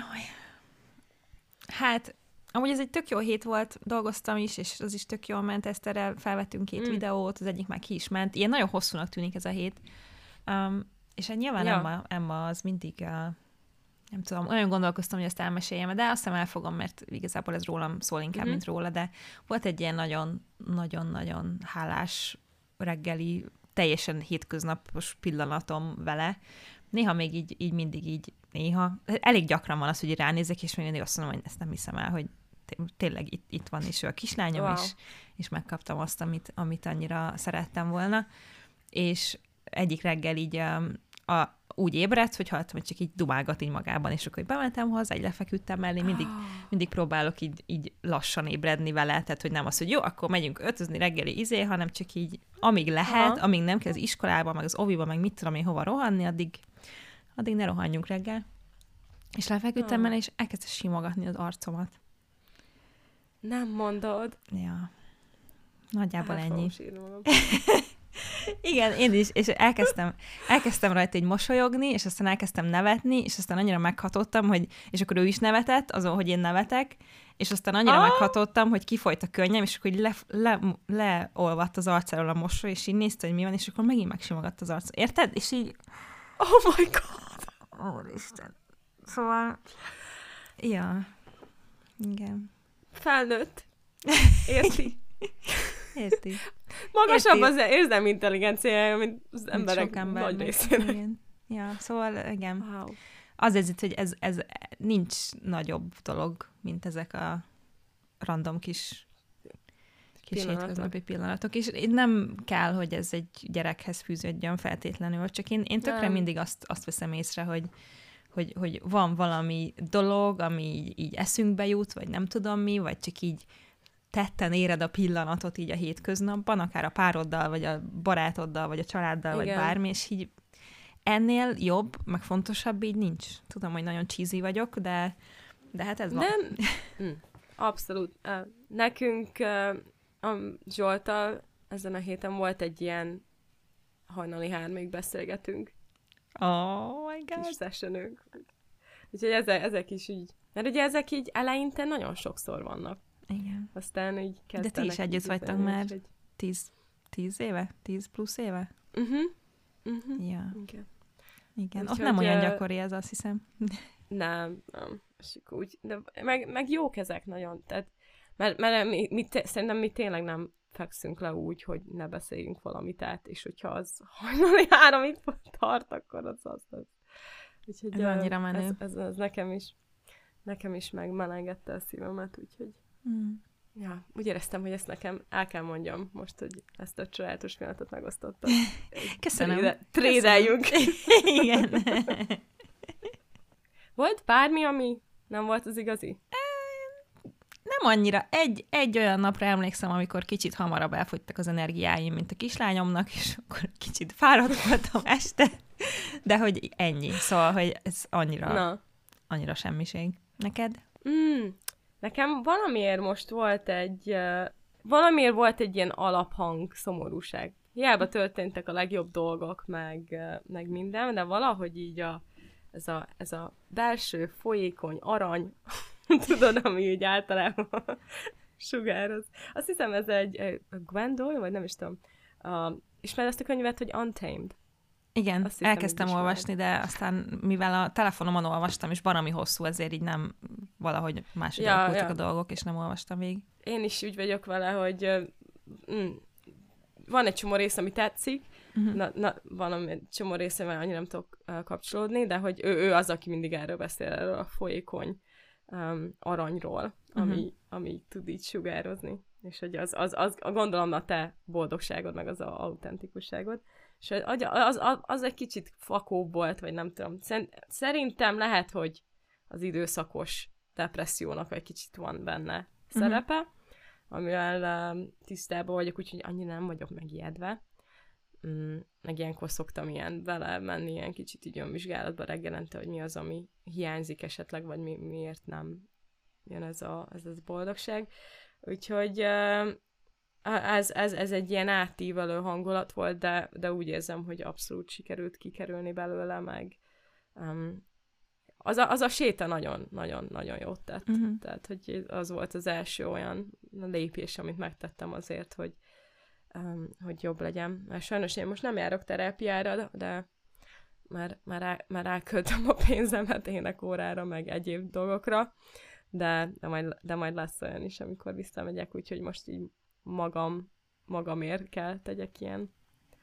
Hát, amúgy ez egy tök jó hét volt, dolgoztam is, és az is tök jól ment, Eszterrel felvettünk 2 videót, az egyik már ki is ment. Ilyen nagyon hosszúnak tűnik ez a hét. És hát nyilván Emma az mindig, nem tudom, olyan gondolkoztam, hogy ezt elmeséljem, de azt hiszem elfogom, mert igazából ez rólam szól inkább, mint róla, de volt egy ilyen nagyon-nagyon hálás reggeli, teljesen hétköznapos pillanatom vele. Néha még így mindig így, elég gyakran van az, hogy ránézek, és mindig azt mondom, hogy ezt nem hiszem el, hogy tényleg itt van, és ő a kislányom, és megkaptam azt, amit annyira szerettem volna. És egyik reggel így úgy ébredt, hogy hallottam, hogy csak így dumálgat így magában, és akkor bementem hozzá, így lefeküdtem mellé, mindig próbálok így lassan ébredni vele, tehát hogy nem az, hogy jó, akkor megyünk öltözni reggeli hanem csak így amíg lehet, amíg nem kell az iskolába, meg az oviba, meg mit tudom én hova rohanni, addig ne rohanjunk reggel. És lefeküdtem mellé, és elkezdte simogatni az arcomat. Nem mondod? Ja. Nagyjából ennyi. Igen, én is, és elkezdtem rajta így mosolyogni, és aztán elkezdtem nevetni, és aztán annyira meghatottam, és akkor ő is nevetett azon, hogy én nevetek, és aztán annyira meghatottam, hogy kifolyt a könnyem, és akkor így leolvadt az arcáról a mosoly, és így nézte, hogy mi van, és akkor megint megsimogatt az arcát. Érted? És így... Oh my god! Úristen. Szóval... Ja. Igen. Felnőtt. Érti. Magasabb az érzelmi intelligenciája, mint az emberek nagy részének. Igen. Ja, szóval igen. Wow. Az itt, hogy ez nincs nagyobb dolog, mint ezek a random kis hétköznapi pillanatok. És nem kell, hogy ez egy gyerekhez fűződjön feltétlenül, csak én tökre mindig azt veszem észre, hogy van valami dolog, ami így eszünkbe jut, vagy nem tudom mi, vagy csak így tetten éred a pillanatot így a hétköznapban, akár a pároddal, vagy a barátoddal, vagy a családdal, vagy bármi, és így ennél jobb, meg fontosabb így nincs. Tudom, hogy nagyon cheesy vagyok, de hát ez van. Nem, abszolút. Nekünk a Zsolttal ezen a héten volt egy ilyen hajnali 3-ig beszélgetünk. Oh my god. Kis sessionünk. Úgyhogy ezek is így, mert ugye ezek így eleinte nagyon sokszor vannak. Igen. Aztán így kezdenek. De ti is együtt vagytok már 10 éve? 10 plusz éve? Ja. Igen. Ott nem olyan gyakori ez, azt hiszem. Nem. És úgy, de meg jók ezek nagyon. Tehát, mert szerintem mi tényleg nem fekszünk le úgy, hogy ne beszéljünk valamit át, és hogyha az hajnali 3-ig tart, akkor az lesz. Úgyhogy ez annyira menő. Ez nekem is megmelengedte a szívemet, úgyhogy ja, úgy éreztem, hogy ezt nekem el kell mondjam most, hogy ezt a csodálatos pillanatot megosztottam. Köszönöm. Trédeljünk. Igen. Volt bármi, ami nem volt az igazi? Nem annyira. Egy olyan napra emlékszem, amikor kicsit hamarabb elfogytak az energiáim, mint a kislányomnak, és akkor kicsit fáradt voltam este, de hogy ennyi. Szóval, hogy ez annyira semmiség. Neked? Nekem valamiért most volt egy ilyen alaphang szomorúság. Hiába történtek a legjobb dolgok, meg minden, de valahogy így ez a belső folyékony arany, tudod, ami így általában sugároz. Azt hiszem, ez egy Gwendol, vagy nem is tudom. Ismered azt a könyvet, hogy Untamed? Igen, hiszem, elkezdtem olvasni, de aztán mivel a telefonomon olvastam, és baromi hosszú, ezért így nem valahogy máshogy alakultak a dolgok, és nem olvastam végig. Én is úgy vagyok vele, hogy van egy csomó rész, ami tetszik, van egy csomó része, mert annyira nem tudok kapcsolódni, de hogy ő az, aki mindig erről beszél, erről a folyékony aranyról, ami tud így sugározni. És hogy az gondolom a te boldogságod, meg az autentikusságod. És az egy kicsit fakóbb volt, vagy nem tudom. Szerintem lehet, hogy az időszakos depressziónak egy kicsit van benne szerepe, amivel tisztában vagyok, úgyhogy annyira nem vagyok megijedve. Meg ilyenkor szoktam vele menni ilyen kicsit így önvizsgálatba reggelente, hogy mi az, ami hiányzik esetleg, vagy miért nem jön ez a boldogság. Úgyhogy ez egy ilyen átívelő hangulat volt, de úgy érzem, hogy abszolút sikerült kikerülni belőle, meg az a séta nagyon jót tett. Tehát, hogy az volt az első olyan lépés, amit megtettem azért, hogy jobb legyen. Mert sajnos én most nem járok terápiára, de már ráköltöm a pénzemet énekórára, meg egyéb dolgokra, de majd lesz olyan is, amikor visszamegyek, úgyhogy most így magamért kell tegyek ilyen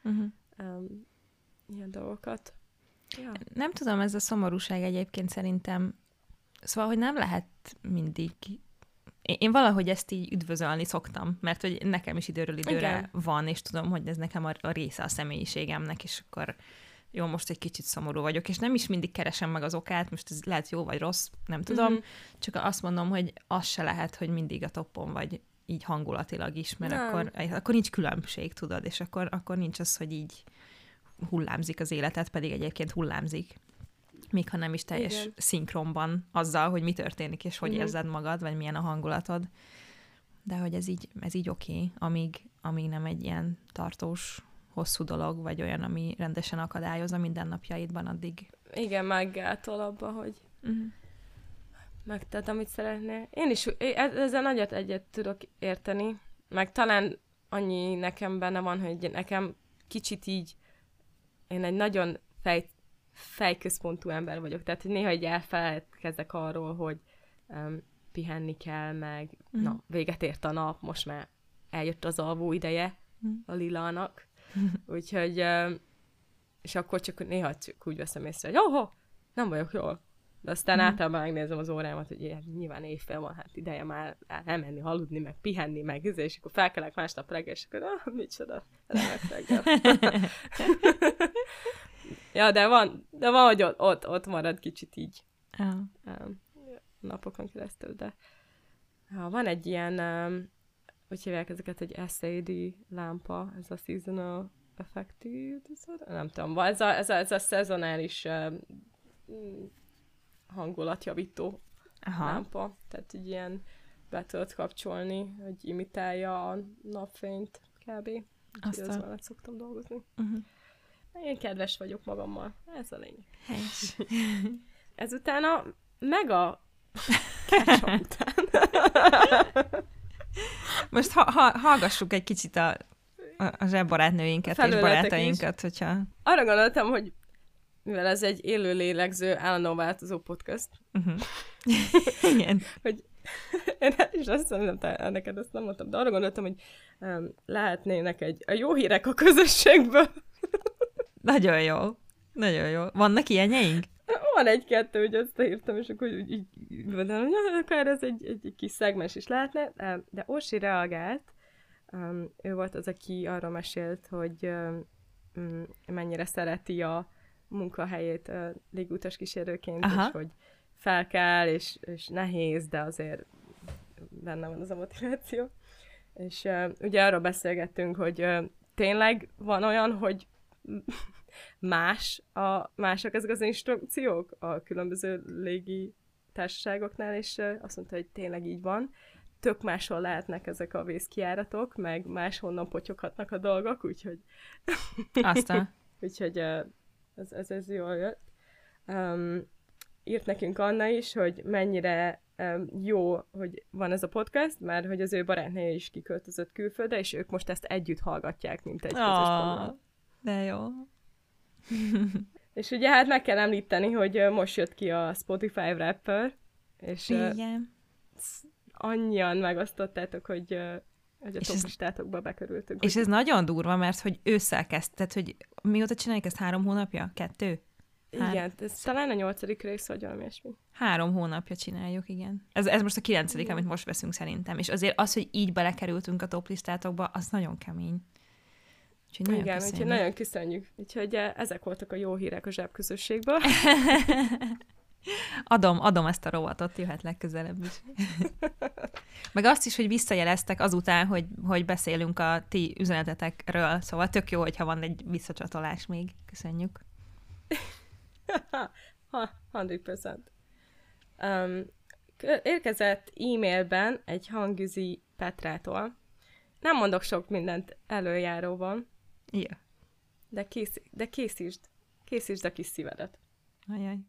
dolgokat. Ja. Nem tudom, ez a szomorúság egyébként szerintem, szóval, hogy nem lehet mindig. Én valahogy ezt így üdvözölni szoktam, mert hogy nekem is időről időre van, és tudom, hogy ez nekem a része a személyiségemnek, és akkor jó, most egy kicsit szomorú vagyok, és nem is mindig keresem meg az okát, most ez lehet jó vagy rossz, nem tudom, csak azt mondom, hogy az se lehet, hogy mindig a toppon vagy így hangulatilag is, mert akkor nincs különbség, tudod, és akkor nincs az, hogy így hullámzik az életed, pedig egyébként hullámzik. Még ha nem is teljes szinkronban azzal, hogy mi történik, és hogy érzed magad, vagy milyen a hangulatod. De hogy ez így oké, amíg nem egy ilyen tartós, hosszú dolog, vagy olyan, ami rendesen akadályoz a mindennapjaidban, addig. Igen, meggátol abba, hogy megtett, amit szeretnél. Én is ezzel nagyot egyet tudok érteni, meg talán annyi nekem benne van, hogy nekem kicsit így én egy nagyon fejközpontú ember vagyok, tehát hogy néha így elfeledkezek arról, hogy pihenni kell, meg véget ért a nap, most már eljött az alvó ideje a Lilának, úgyhogy és akkor csak néha csak úgy veszem észre, hogy nem vagyok jól. De aztán általában megnézem az órámat, hogy nyilván éjfél van, hát ideje már elmenni, aludni, meg pihenni, meg és akkor felkelek másnap reggel, és akkor micsoda, remek reggel. Ja, de van, hogy ott marad kicsit így napokon keresztül, de van egy ilyen, hogy hívják ezeket, egy SAD lámpa, ez a seasonal affective disorder? Nem tudom, ez a szezonális hangulatjavító lámpa. Tehát így ilyen be tudod kapcsolni, hogy imitálja a napfényt kb. Úgyhogy az mellett szoktam dolgozni. Én kedves vagyok magammal. Ez a lényeg. Helyes. Ezután a mega kácsa után. Most hallgassuk egy kicsit a zsebbarátnőinket és barátainkat, hogyha... Arra gondoltam, hogy mivel ez egy élő lélegző, állandóan változó podcast. Igen. Hogy én is azt hiszem, neked ezt nem mondtam, de arra gondoltam, hogy lehetnének a jó hírek a közösségből. Nagyon jó. Nagyon jó. Vannak ilyenjeink? Van egy-kettő, hogy azt írtam, és akkor így gondolom, hogy akár ez egy kis szegmens is lehetne, de Orsi reagált. Ő volt az, aki arra mesélt, hogy mennyire szereti a munkahelyét légutas kísérőként, és hogy fel kell, és nehéz, de azért benne van az a motiváció. És ugye arról beszélgettünk, hogy tényleg van olyan, hogy mások ezek az instrukciók a különböző légi társaságoknál, és azt mondta, hogy tényleg így van. Tök máshol lehetnek ezek a vészkijáratok, meg máshonnan potyoghatnak a dolgok, úgyhogy... Aztán. Úgyhogy ez jól jött. Írt nekünk Anna is, hogy mennyire jó, hogy van ez a podcast, mert hogy az ő barátnője is kiköltözött külföldre, és ők most ezt együtt hallgatják, mint egy közös program. De jó. És ugye hát meg kell említeni, hogy most jött ki a Spotify Wrapper, és annyian megosztottátok, hogy a toplistátokba bekerültünk. És ez nagyon durva, mert hogy ősszel kezdted, hogy mióta csináljuk ezt 3 hónapja? 2? Igen, ez talán a 8. rész, vagy valami ilyesmi. 3 hónapja csináljuk, igen. Ez most a 9., amit most veszünk szerintem. És azért az, hogy így belekerültünk a toplistátokba, az nagyon kemény. Úgyhogy nagyon igen, köszönjük. úgyhogy nagyon köszönjük. Úgyhogy ezek voltak a jó hírek a zsebközösségből. Adom ezt a rovatot, jöhet legközelebb is. Meg azt is, hogy visszajeleztek azután, hogy beszélünk a ti üzenetetekről, szóval tök jó, hogyha van egy visszacsatolás még. Köszönjük. 100%. Érkezett e-mailben egy hangüzi Petrától. Nem mondok sok mindent előjáróban. Yeah. De készítsd a kis szívedet. Ajaj.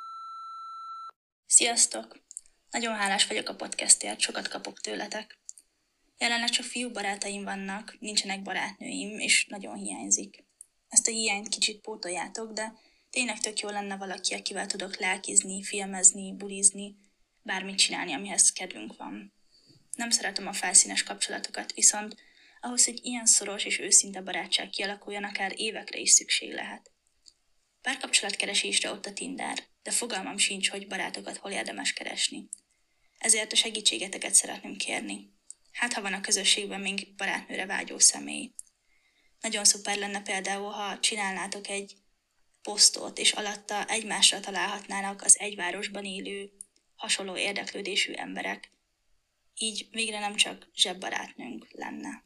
Sziasztok! Nagyon hálás vagyok a podcastért, sokat kapok tőletek. Jelenleg csak fiú barátaim vannak, nincsenek barátnőim, és nagyon hiányzik. Ezt a hiányt kicsit pótoljátok, de tényleg tök jó lenne valaki, akivel tudok lelkizni, filmezni, bulizni, bármit csinálni, amihez kedvünk van. Nem szeretem a felszínes kapcsolatokat, viszont ahhoz, hogy ilyen szoros és őszinte barátság kialakuljon, akár évekre is szükség lehet. Párkapcsolatkeresésre ott a Tinder, de fogalmam sincs, hogy barátokat hol érdemes keresni. Ezért a segítségeteket szeretném kérni. Hát, ha van a közösségben még barátnőre vágyó személy. Nagyon szuper lenne például, ha csinálnátok egy posztot, és alatta egymásra találhatnának az egy városban élő, hasonló érdeklődésű emberek. Így végre nem csak zsebbarátnőnk lenne.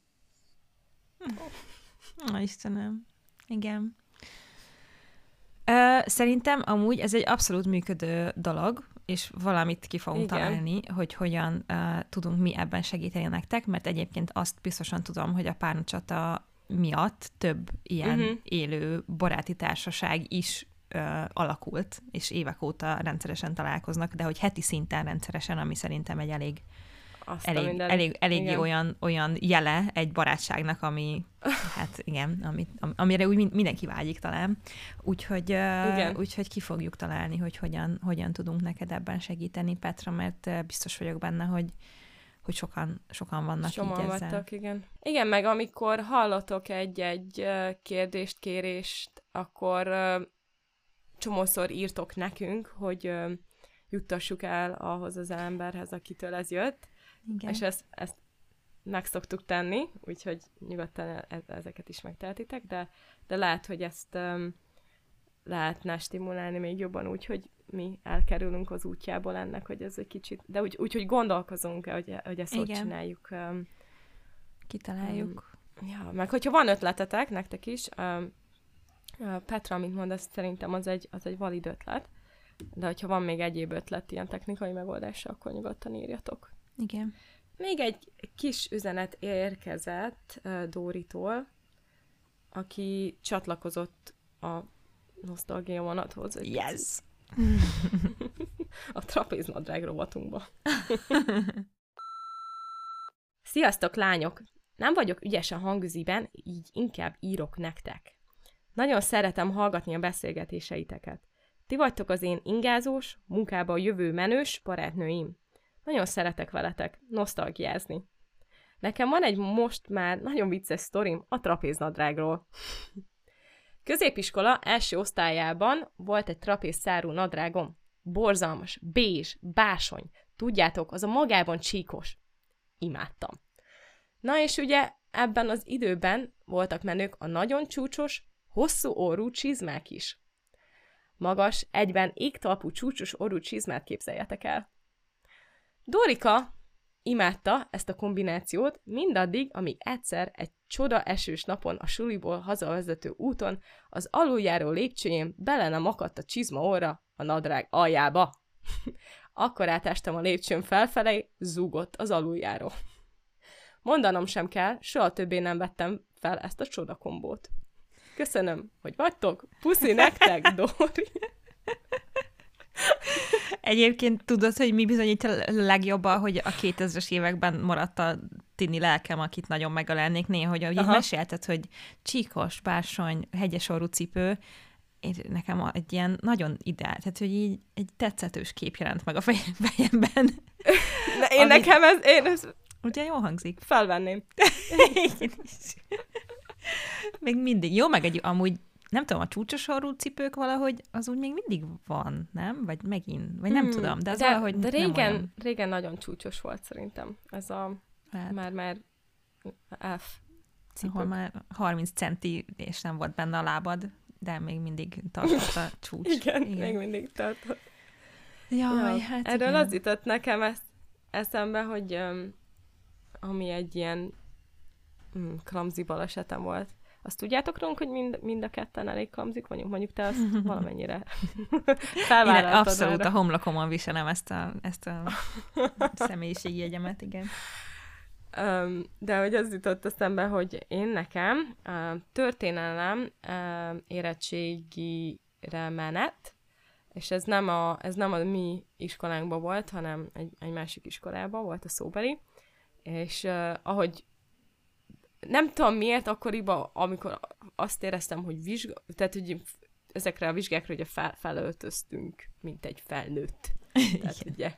Istenem. Igen. Szerintem amúgy ez egy abszolút működő dolog, és valamit ki fogunk találni, hogy hogyan tudunk mi ebben segíteni nektek, mert egyébként azt biztosan tudom, hogy a párnacsata miatt több ilyen élő baráti társaság is alakult, és évek óta rendszeresen találkoznak, de hogy heti szinten rendszeresen, ami szerintem egy eléggé olyan jele egy barátságnak, ami, hát igen, amire úgy mindenki vágyik talán. Úgyhogy ki fogjuk találni, hogy hogyan tudunk neked ebben segíteni, Petra, mert biztos vagyok benne, hogy sokan vannak így ezzel. Vannak, igen. Igen, meg amikor hallotok egy kérdést, kérést, akkor csomószor írtok nekünk, hogy juttassuk el ahhoz az emberhez, akitől ez jött. Igen. És ezt meg szoktuk tenni, úgyhogy nyugodtan ezeket is megtehetitek, de lehet, hogy ezt lehetne stimulálni még jobban úgy, hogy mi elkerülünk az útjából ennek, hogy ez egy kicsit, de úgy hogy gondolkozunk, hogy ezt hogy csináljuk. Kitaláljuk. Ja, meg hogyha van ötletetek, nektek is, Petra, amit mondasz, szerintem az egy valid ötlet, de hogyha van még egyéb ötlet ilyen technikai megoldásra, akkor nyugodtan írjatok. Igen. Még egy kis üzenet érkezett Dóritól, aki csatlakozott a nosztalgia vonathoz. Yes! A trapéznadrág rovatunkba. Sziasztok, lányok! Nem vagyok ügyes a hangüziben, így inkább írok nektek. Nagyon szeretem hallgatni a beszélgetéseiteket. Ti vagytok az én ingázós, munkába jövő menős barátnőim. Nagyon szeretek veletek nosztalgiázni. Nekem van egy most már nagyon vicces sztorim a trapéznadrágról. Középiskola első osztályában volt egy trapézszárú nadrágom. Borzalmas, bézs, básony. Tudjátok, az a magában csíkos. Imádtam. Na és ugye ebben az időben voltak menők a nagyon csúcsos, hosszú orrú csizmák is. Magas, egyben égtalpú csúcsos orrú csizmát képzeljetek el. Dorika imádta ezt a kombinációt mindaddig, amíg egyszer egy csoda esős napon a suliból hazavezető úton az aluljáró lépcsőjén bele nem akadt a csizma orra a nadrág aljába. Akkor átástam a lépcsőn felfelé, zúgott az aluljáró. Mondanom sem kell, soha többé nem vettem fel ezt a csodakombót. Köszönöm, hogy vagytok. Puszi nektek, Dóri! Egyébként tudod, hogy mi bizonyít a legjobban, hogy a 2000-es években maradt a tini lelkem, akit nagyon megalelnék néha, hogy ahogy így mesélted, hogy csíkos, bársony, hegyes orrú cipő, nekem egy ilyen nagyon ideál, tehát hogy így egy tetszetős kép jelent meg a fejemben. Én ugye jól hangzik? Felvenném. Még mindig. Jó, meg amúgy nem tudom, a csúcsos orrú cipők valahogy az úgy még mindig van, nem? Vagy megint? Vagy nem tudom, de az valahogy de régen, régen nagyon csúcsos volt szerintem. Ez a már F cipők. Ahol már 30 centi, és nem volt benne a lábad, de még mindig tartott a csúcs. Igen, még mindig tartott. Jaj, hát erről igen. az jutott nekem eszembe, hogy ami egy ilyen klamzi balesetem volt. Azt tudjátok rólunk, hogy mind a ketten elég klamzik vagyunk? Mondjuk te azt valamennyire felvállaltad. Abszolút arra. A homlokomon viselem ezt a személyiségjegyemet, igen. De hogy az jutott eszembe, hogy én nekem történelem érettségire menet, és ez nem a mi iskolánkban volt, hanem egy másik iskolában volt a szóbeli, és ahogy nem tudom miért akkoriban, amikor azt éreztem, hogy tehát hogy ezekre a vizsgákra ugye felöltöztünk, mint egy felnőtt. Tehát ugye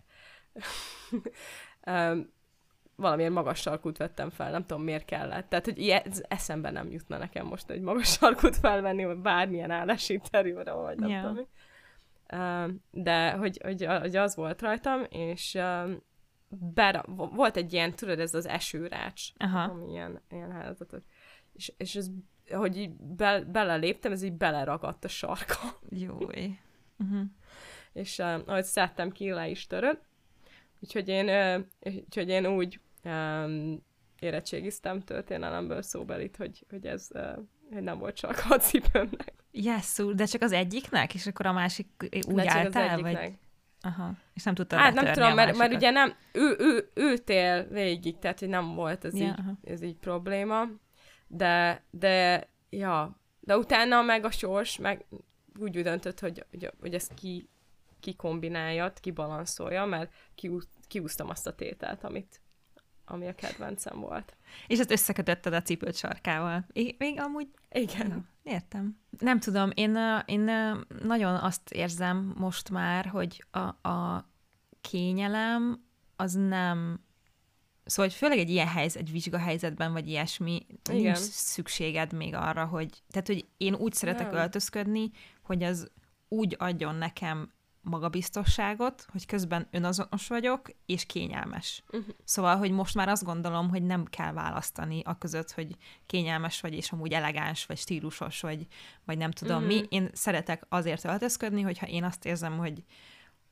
valamilyen magas sarkút vettem fel, nem tudom miért kellett. Tehát, hogy eszembe nem jutna nekem most, hogy magas sarkút felvenni, vagy bármilyen állásinterjúra, vagy nem tudom. De hogy az volt rajtam, és volt egy ilyen, tudod, ez az esőrács, ami ilyen hálózatos. És ez, hogy így beleléptem, ez így beleragadt a sarka. Jói. És ahogy szedtem ki, le is törött. Úgyhogy én úgy érettségiztem történelemből szóbelit, hogy ez hogy nem volt sarka a cipőmnek. Jesszú, de csak az egyiknek? És akkor a másik úgy álltál? Vagy? Aha. És nem tudtad nem tudom, mert ugye nem, ültél végig, tehát hogy nem volt ez így probléma, de utána meg a sors meg úgy döntött, hogy ezt kikombinálja, kibalanszolja, mert kiúztam azt a tételt, ami a kedvencem volt. És ezt összekötötted a cipőt sarkával. Még amúgy... Igen. Ja, értem. Nem tudom, én nagyon azt érzem most már, hogy a kényelem az nem... Szóval, hogy főleg egy ilyen egy vizsgahelyzetben, vagy ilyesmi, igen, nincs szükséged még arra, hogy... Tehát, hogy én úgy szeretek öltözködni, hogy az úgy adjon nekem magabiztosságot, hogy közben önazonos vagyok, és kényelmes. Szóval, hogy most már azt gondolom, hogy nem kell választani a között, hogy kényelmes vagy, és amúgy elegáns, vagy stílusos, vagy nem tudom mi. Én szeretek azért öltözködni, hogyha én azt érzem,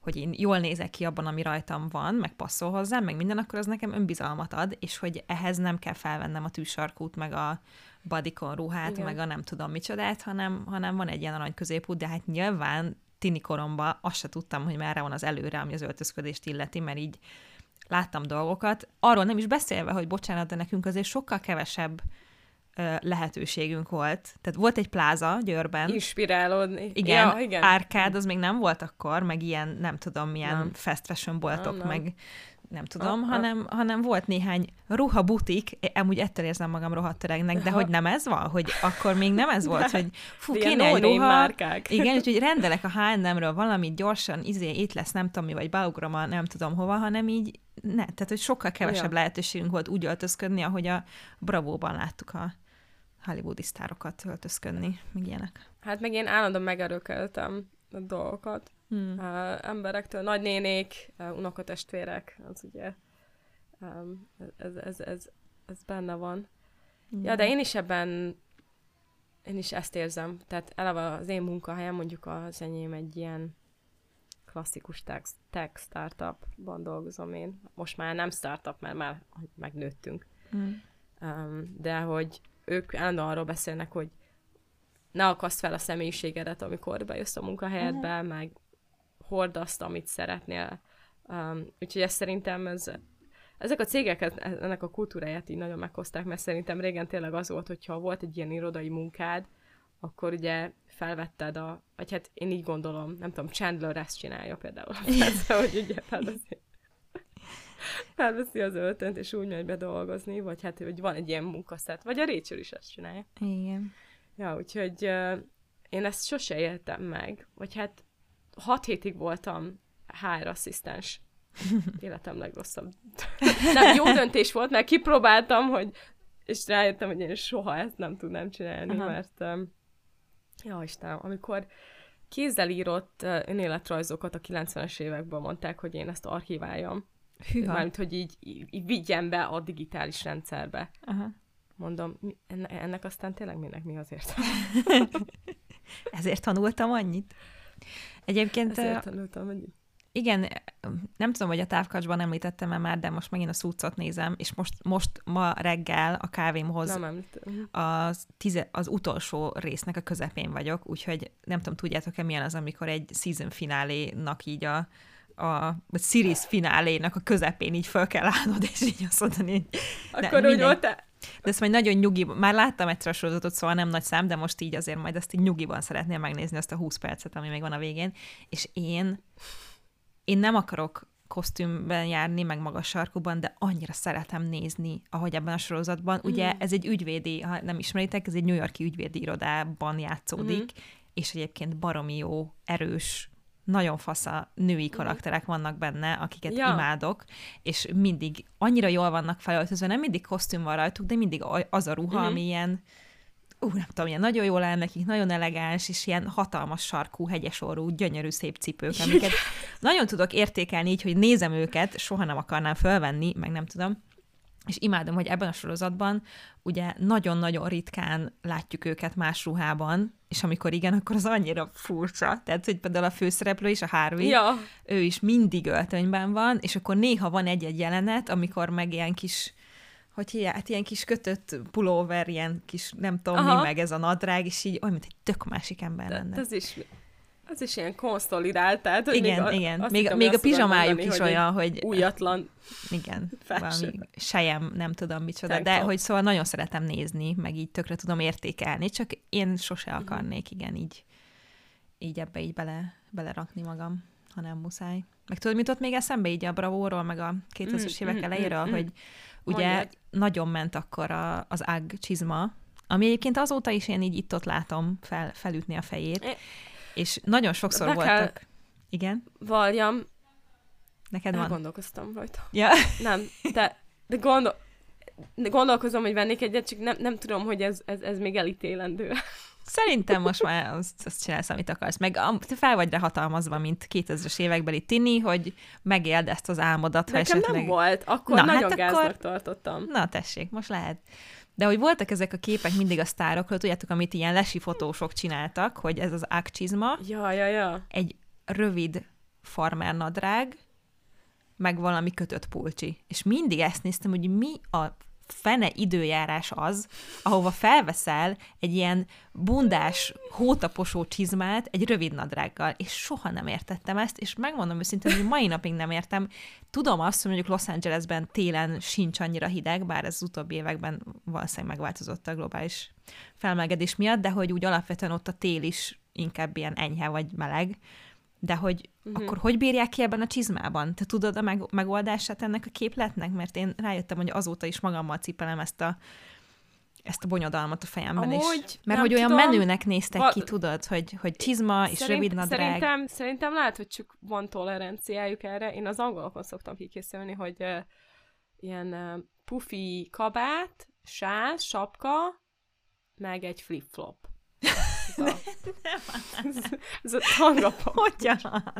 hogy én jól nézek ki abban, ami rajtam van, meg passzol hozzám, meg minden, akkor az nekem önbizalmat ad, és hogy ehhez nem kell felvennem a tűsarkút, meg a bodycon ruhát, igen, meg a nem tudom micsodát, hanem van egy ilyen arany középút, de hát nyilván tini koromban azt se tudtam, hogy merre van az előre, ami az öltözködést illeti, mert így láttam dolgokat. Arról nem is beszélve, hogy bocsánat, de nekünk azért sokkal kevesebb lehetőségünk volt. Tehát volt egy pláza Győrben. Inspirálódni. Igen, ja, igen. Árkád, az még nem volt akkor, meg ilyen, nem tudom, milyen fast fashion boltok, meg nem tudom, hanem volt néhány ruhabutik, amúgy ettől érzem magam rohadt öregnek, de hogy nem ez van? Hogy akkor még nem ez volt, hogy fú, kéne egy ruha. Márkák. Igen, úgyhogy rendelek a H&M-ről valamit gyorsan, itt lesz, nem tudom mi, vagy beugrom a nem tudom hova, hanem így, tehát hogy sokkal kevesebb lehetőségünk volt úgy öltözködni, ahogy a Bravóban láttuk a hollywoodi sztárokat öltözködni, meg ilyenek. Hát meg én állandóan megerőkeltem a dolgokat. Emberektől, nagynénék, unokatestvérek, az ugye ez benne van. Ja, de én is ezt érzem. Tehát eleve az én munkahelyem, mondjuk az enyém egy ilyen klasszikus tech startupban dolgozom én. Most már nem startup, mert már megnőttünk. De hogy ők állandóan arról beszélnek, hogy ne akaszd fel a személyiségedet, amikor bejössz a munkahelyedbe, meg hordd azt, amit szeretnél. Úgyhogy ezt szerintem ezek a cégek ennek a kultúráját így nagyon meghozták, mert szerintem régen tényleg az volt, hogyha volt egy ilyen irodai munkád, akkor ugye felvetted vagy hát én így gondolom, nem tudom, Chandler ezt csinálja például. hogy ugye felveszi az öltönt, és úgy megy be dolgozni, vagy hát, hogy van egy ilyen munkaszert, vagy a Rachel is ezt csinálja. Igen. Ja, úgyhogy én ezt sose éltem meg, vagy hát 6 hétig voltam HR asszisztens. Életem legrosszabb. Nem, jó döntés volt, mert kipróbáltam, és rájöttem, hogy én soha ezt nem tudnám csinálni, mert ja Istenem, amikor kézzel írott önéletrajzokat a 90-es években mondták, hogy én ezt archiváljam. Mármint, hogy így vigyem be a digitális rendszerbe. Aha. Mondom, ennek aztán tényleg mi az értelme? Ezért tanultam annyit. Egyébként... Ezért tanultam annyit. Igen, nem tudom, hogy a távkacsban említettem-e már, de most megint a Suits-ot nézem, és most ma reggel a kávémhoz az utolsó résznek a közepén vagyok, úgyhogy nem tudom, tudjátok-e milyen az, amikor egy season finálénak így a series finálénak a közepén így föl kell állnod, és így azt mondani, hogy... Akkor úgy volt De ezt majd nagyon nyugiban, már láttam egyszer a sorozatot, szóval nem nagy szám, de most így azért majd ezt így nyugiban szeretném megnézni, azt a 20 percet, ami még van a végén, és én nem akarok kosztümben járni, meg magas sarkúban, de annyira szeretem nézni, ahogy ebben a sorozatban. Ugye ez egy ügyvédi, ha nem ismeritek, ez egy New York-i ügyvédi irodában játszódik, és egyébként baromi jó, erős, nagyon fasza női karakterek vannak benne, akiket imádok, és mindig annyira jól vannak felöltözve, nem mindig kosztüm van rajtuk, de mindig az a ruha, ami ilyen, nem tudom, ilyen nagyon jól áll nekik, nagyon elegáns, és ilyen hatalmas sarkú, hegyesorú, gyönyörű, szép cipők, amiket nagyon tudok értékelni így, hogy nézem őket, soha nem akarnám fölvenni, meg nem tudom, és imádom, hogy ebben a sorozatban ugye nagyon-nagyon ritkán látjuk őket más ruhában, és amikor igen, akkor az annyira furcsa. Tehát, hogy például a főszereplő is, a Harvey, ő is mindig öltönyben van, és akkor néha van egy-egy jelenet, amikor meg ilyen kis, ilyen kis kötött pulóver, ilyen kis, nem tudom mi, meg ez a nadrág, és így olyan, mint egy tök másik ember lenne. Ez is ilyen konszolidált, tehát, hogy igen. Még a pizsamájuk is olyan, hogy... Újatlan. Igen, valami sejem, nem tudom micsoda, de hogy szóval nagyon szeretem nézni, meg így tökre tudom értékelni, csak én sose akarnék, így ebbe így belerakni magam, ha nem muszáj. Meg tudod, mit ott még eszembe így a Bravóról, meg a 2000-es évek elejéről, hogy ugye nagyon ment akkor az Ugg csizma, ami egyébként azóta is én így itt-ott látom felütni a fejét. És nagyon sokszor voltak. Igen? Valljam. Neked van? Gondolkoztam rajta. Ja. Nem, de gondolkozom, hogy vennék egyet, csak nem tudom, hogy ez még elítélendő. Szerintem most már azt csinálsz, amit akarsz. Meg fel vagy rá hatalmazva, mint 2000-es évekbeli tini, hogy megéld ezt az álmodat. Nekem nem volt. Akkor nagyon gáznak tartottam. Na tessék, most lehet. De hogy voltak ezek a képek mindig a sztárokról, tudjátok, amit ilyen lesi fotósok csináltak, hogy ez az Ugg csizma. Ja. Egy rövid farmer nadrág, meg valami kötött pulcsi. És mindig ezt néztem, hogy mi a fene időjárás az, ahova felveszel egy ilyen bundás, hótaposó csizmát egy rövid nadrággal, és soha nem értettem ezt, és megmondom őszintén, hogy mai napig nem értem. Tudom azt, hogy mondjuk Los Angelesben télen sincs annyira hideg, bár ez az utóbbi években valószínűleg megváltozott a globális felmelegedés miatt, de hogy úgy alapvetően ott a tél is inkább ilyen enyhe vagy meleg, de hogy akkor hogy bírják ki ebben a csizmában? Te tudod a megoldását ennek a képletnek? Mert én rájöttem, hogy azóta is magammal cipelem ezt a bonyodalmat a fejemben is. Mert hogy olyan menőnek néztek ki, tudod, hogy csizma és rövid nadrág. Szerintem lehet, hogy csak van toleranciájuk erre. Én az angolokon szoktam kikészülni, hogy ilyen pufi kabát, sál, sapka, meg egy flip-flop. Ez a tangapom. Hogyan?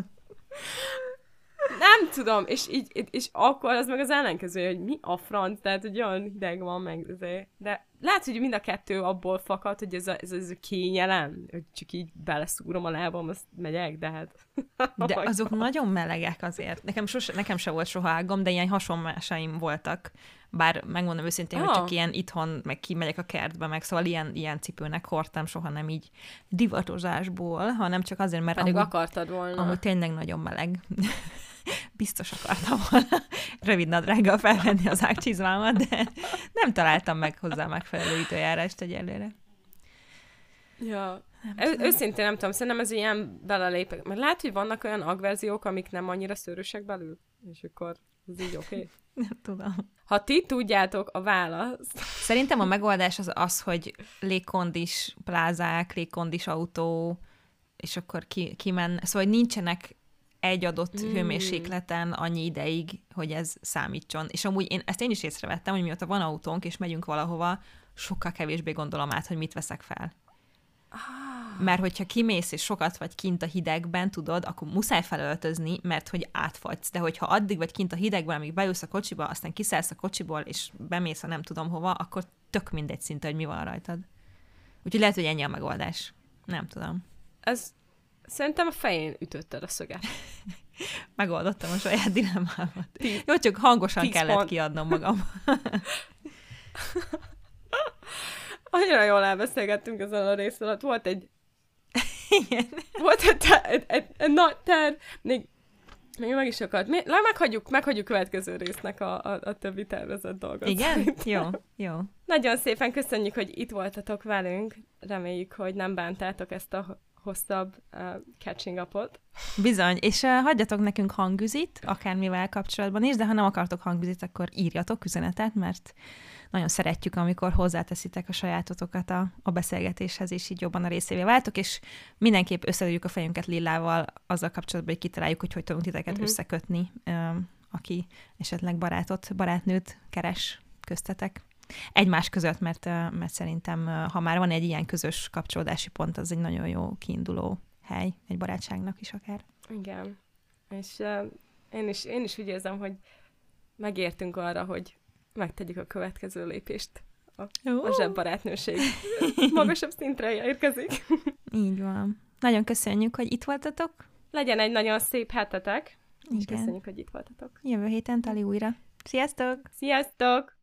Nem tudom, és akkor az meg az ellenkező, hogy mi a franc, tehát hogy olyan hideg van meg azért. De lehet, hogy mind a kettő abból fakad, hogy ez a kényelem, hogy csak így beleszúrom a lábam, azt megyek, de hát... De azok nagyon melegek azért. Nekem se volt soha ágom, de ilyen hasonlásaim voltak. Bár megmondom őszintén, hogy csak ilyen itthon, meg kimegyek a kertbe, meg szóval ilyen cipőnek hordtam, soha nem így divatozásból, hanem csak azért, mert pedig akartad volna. Amúgy tényleg nagyon meleg. Biztos akartam volna rövid nadrággal felvenni az ágcsizmámat, de nem találtam meg hozzá megfelelő időjárást egyelőre. Ja. Őszintén nem tudom, szerintem ez ilyen belelépek. Mert lehet, hogy vannak olyan agverziók, amik nem annyira szőrösek belül, és akkor ez így oké. Nem tudom. Ha ti tudjátok a választ. Szerintem a megoldás az, hogy légkondis plázák, légkondis autó, és akkor kimen. Szóval, hogy nincsenek egy adott hőmérsékleten annyi ideig, hogy ez számítson. És amúgy ezt én is észrevettem, hogy mióta van autónk, és megyünk valahova, sokkal kevésbé gondolom át, hogy mit veszek fel. Mert hogyha kimész és sokat vagy kint a hidegben, tudod, akkor muszáj felöltözni, mert hogy átfagysz. De hogyha addig vagy kint a hidegben, amíg beülsz a kocsiba, aztán kiszállsz a kocsiból, és bemész a nem tudom hova, akkor tök mindegy szinte, hogy mi van rajtad. Úgyhogy lehet, hogy ennyi a megoldás. Nem tudom. Ez szerintem a fején ütötted a szöget. Megoldottam a saját dilemmámat. Jó, csak hangosan kellett kiadnom magam. Annyira jól elbeszélgettünk ezen a rész alatt. Volt egy nagy terv, még meg is akart. Meghagyjuk következő résznek a többi tervezett dolgot. Igen? Jó. Nagyon szépen köszönjük, hogy itt voltatok velünk. Reméljük, hogy nem bántátok ezt a hosszabb catching upot. Bizony, és hagyjatok nekünk hangüzit, akármivel kapcsolatban is, de ha nem akartok hangüzit, akkor írjatok üzenetet, mert nagyon szeretjük, amikor hozzáteszitek a sajátotokat a beszélgetéshez, és így jobban a részévé váltok, és mindenképp összedőjük a fejünket Lillával azzal kapcsolatban, hogy kitaláljuk, hogy tudunk titeket összekötni, aki esetleg barátnőt keres köztetek. Egymás között, mert szerintem, ha már van egy ilyen közös kapcsolódási pont, az egy nagyon jó kiinduló hely, egy barátságnak is akár. Igen. És én is úgy érzem, hogy megértünk arra, hogy megtegyük a következő lépést. A zsebbarátnőség magasabb szintre érkezik. Így van. Nagyon köszönjük, hogy itt voltatok. Legyen egy nagyon szép hetetek. Igen. És köszönjük, hogy itt voltatok. Jövő héten Tali újra. Sziasztok! Sziasztok!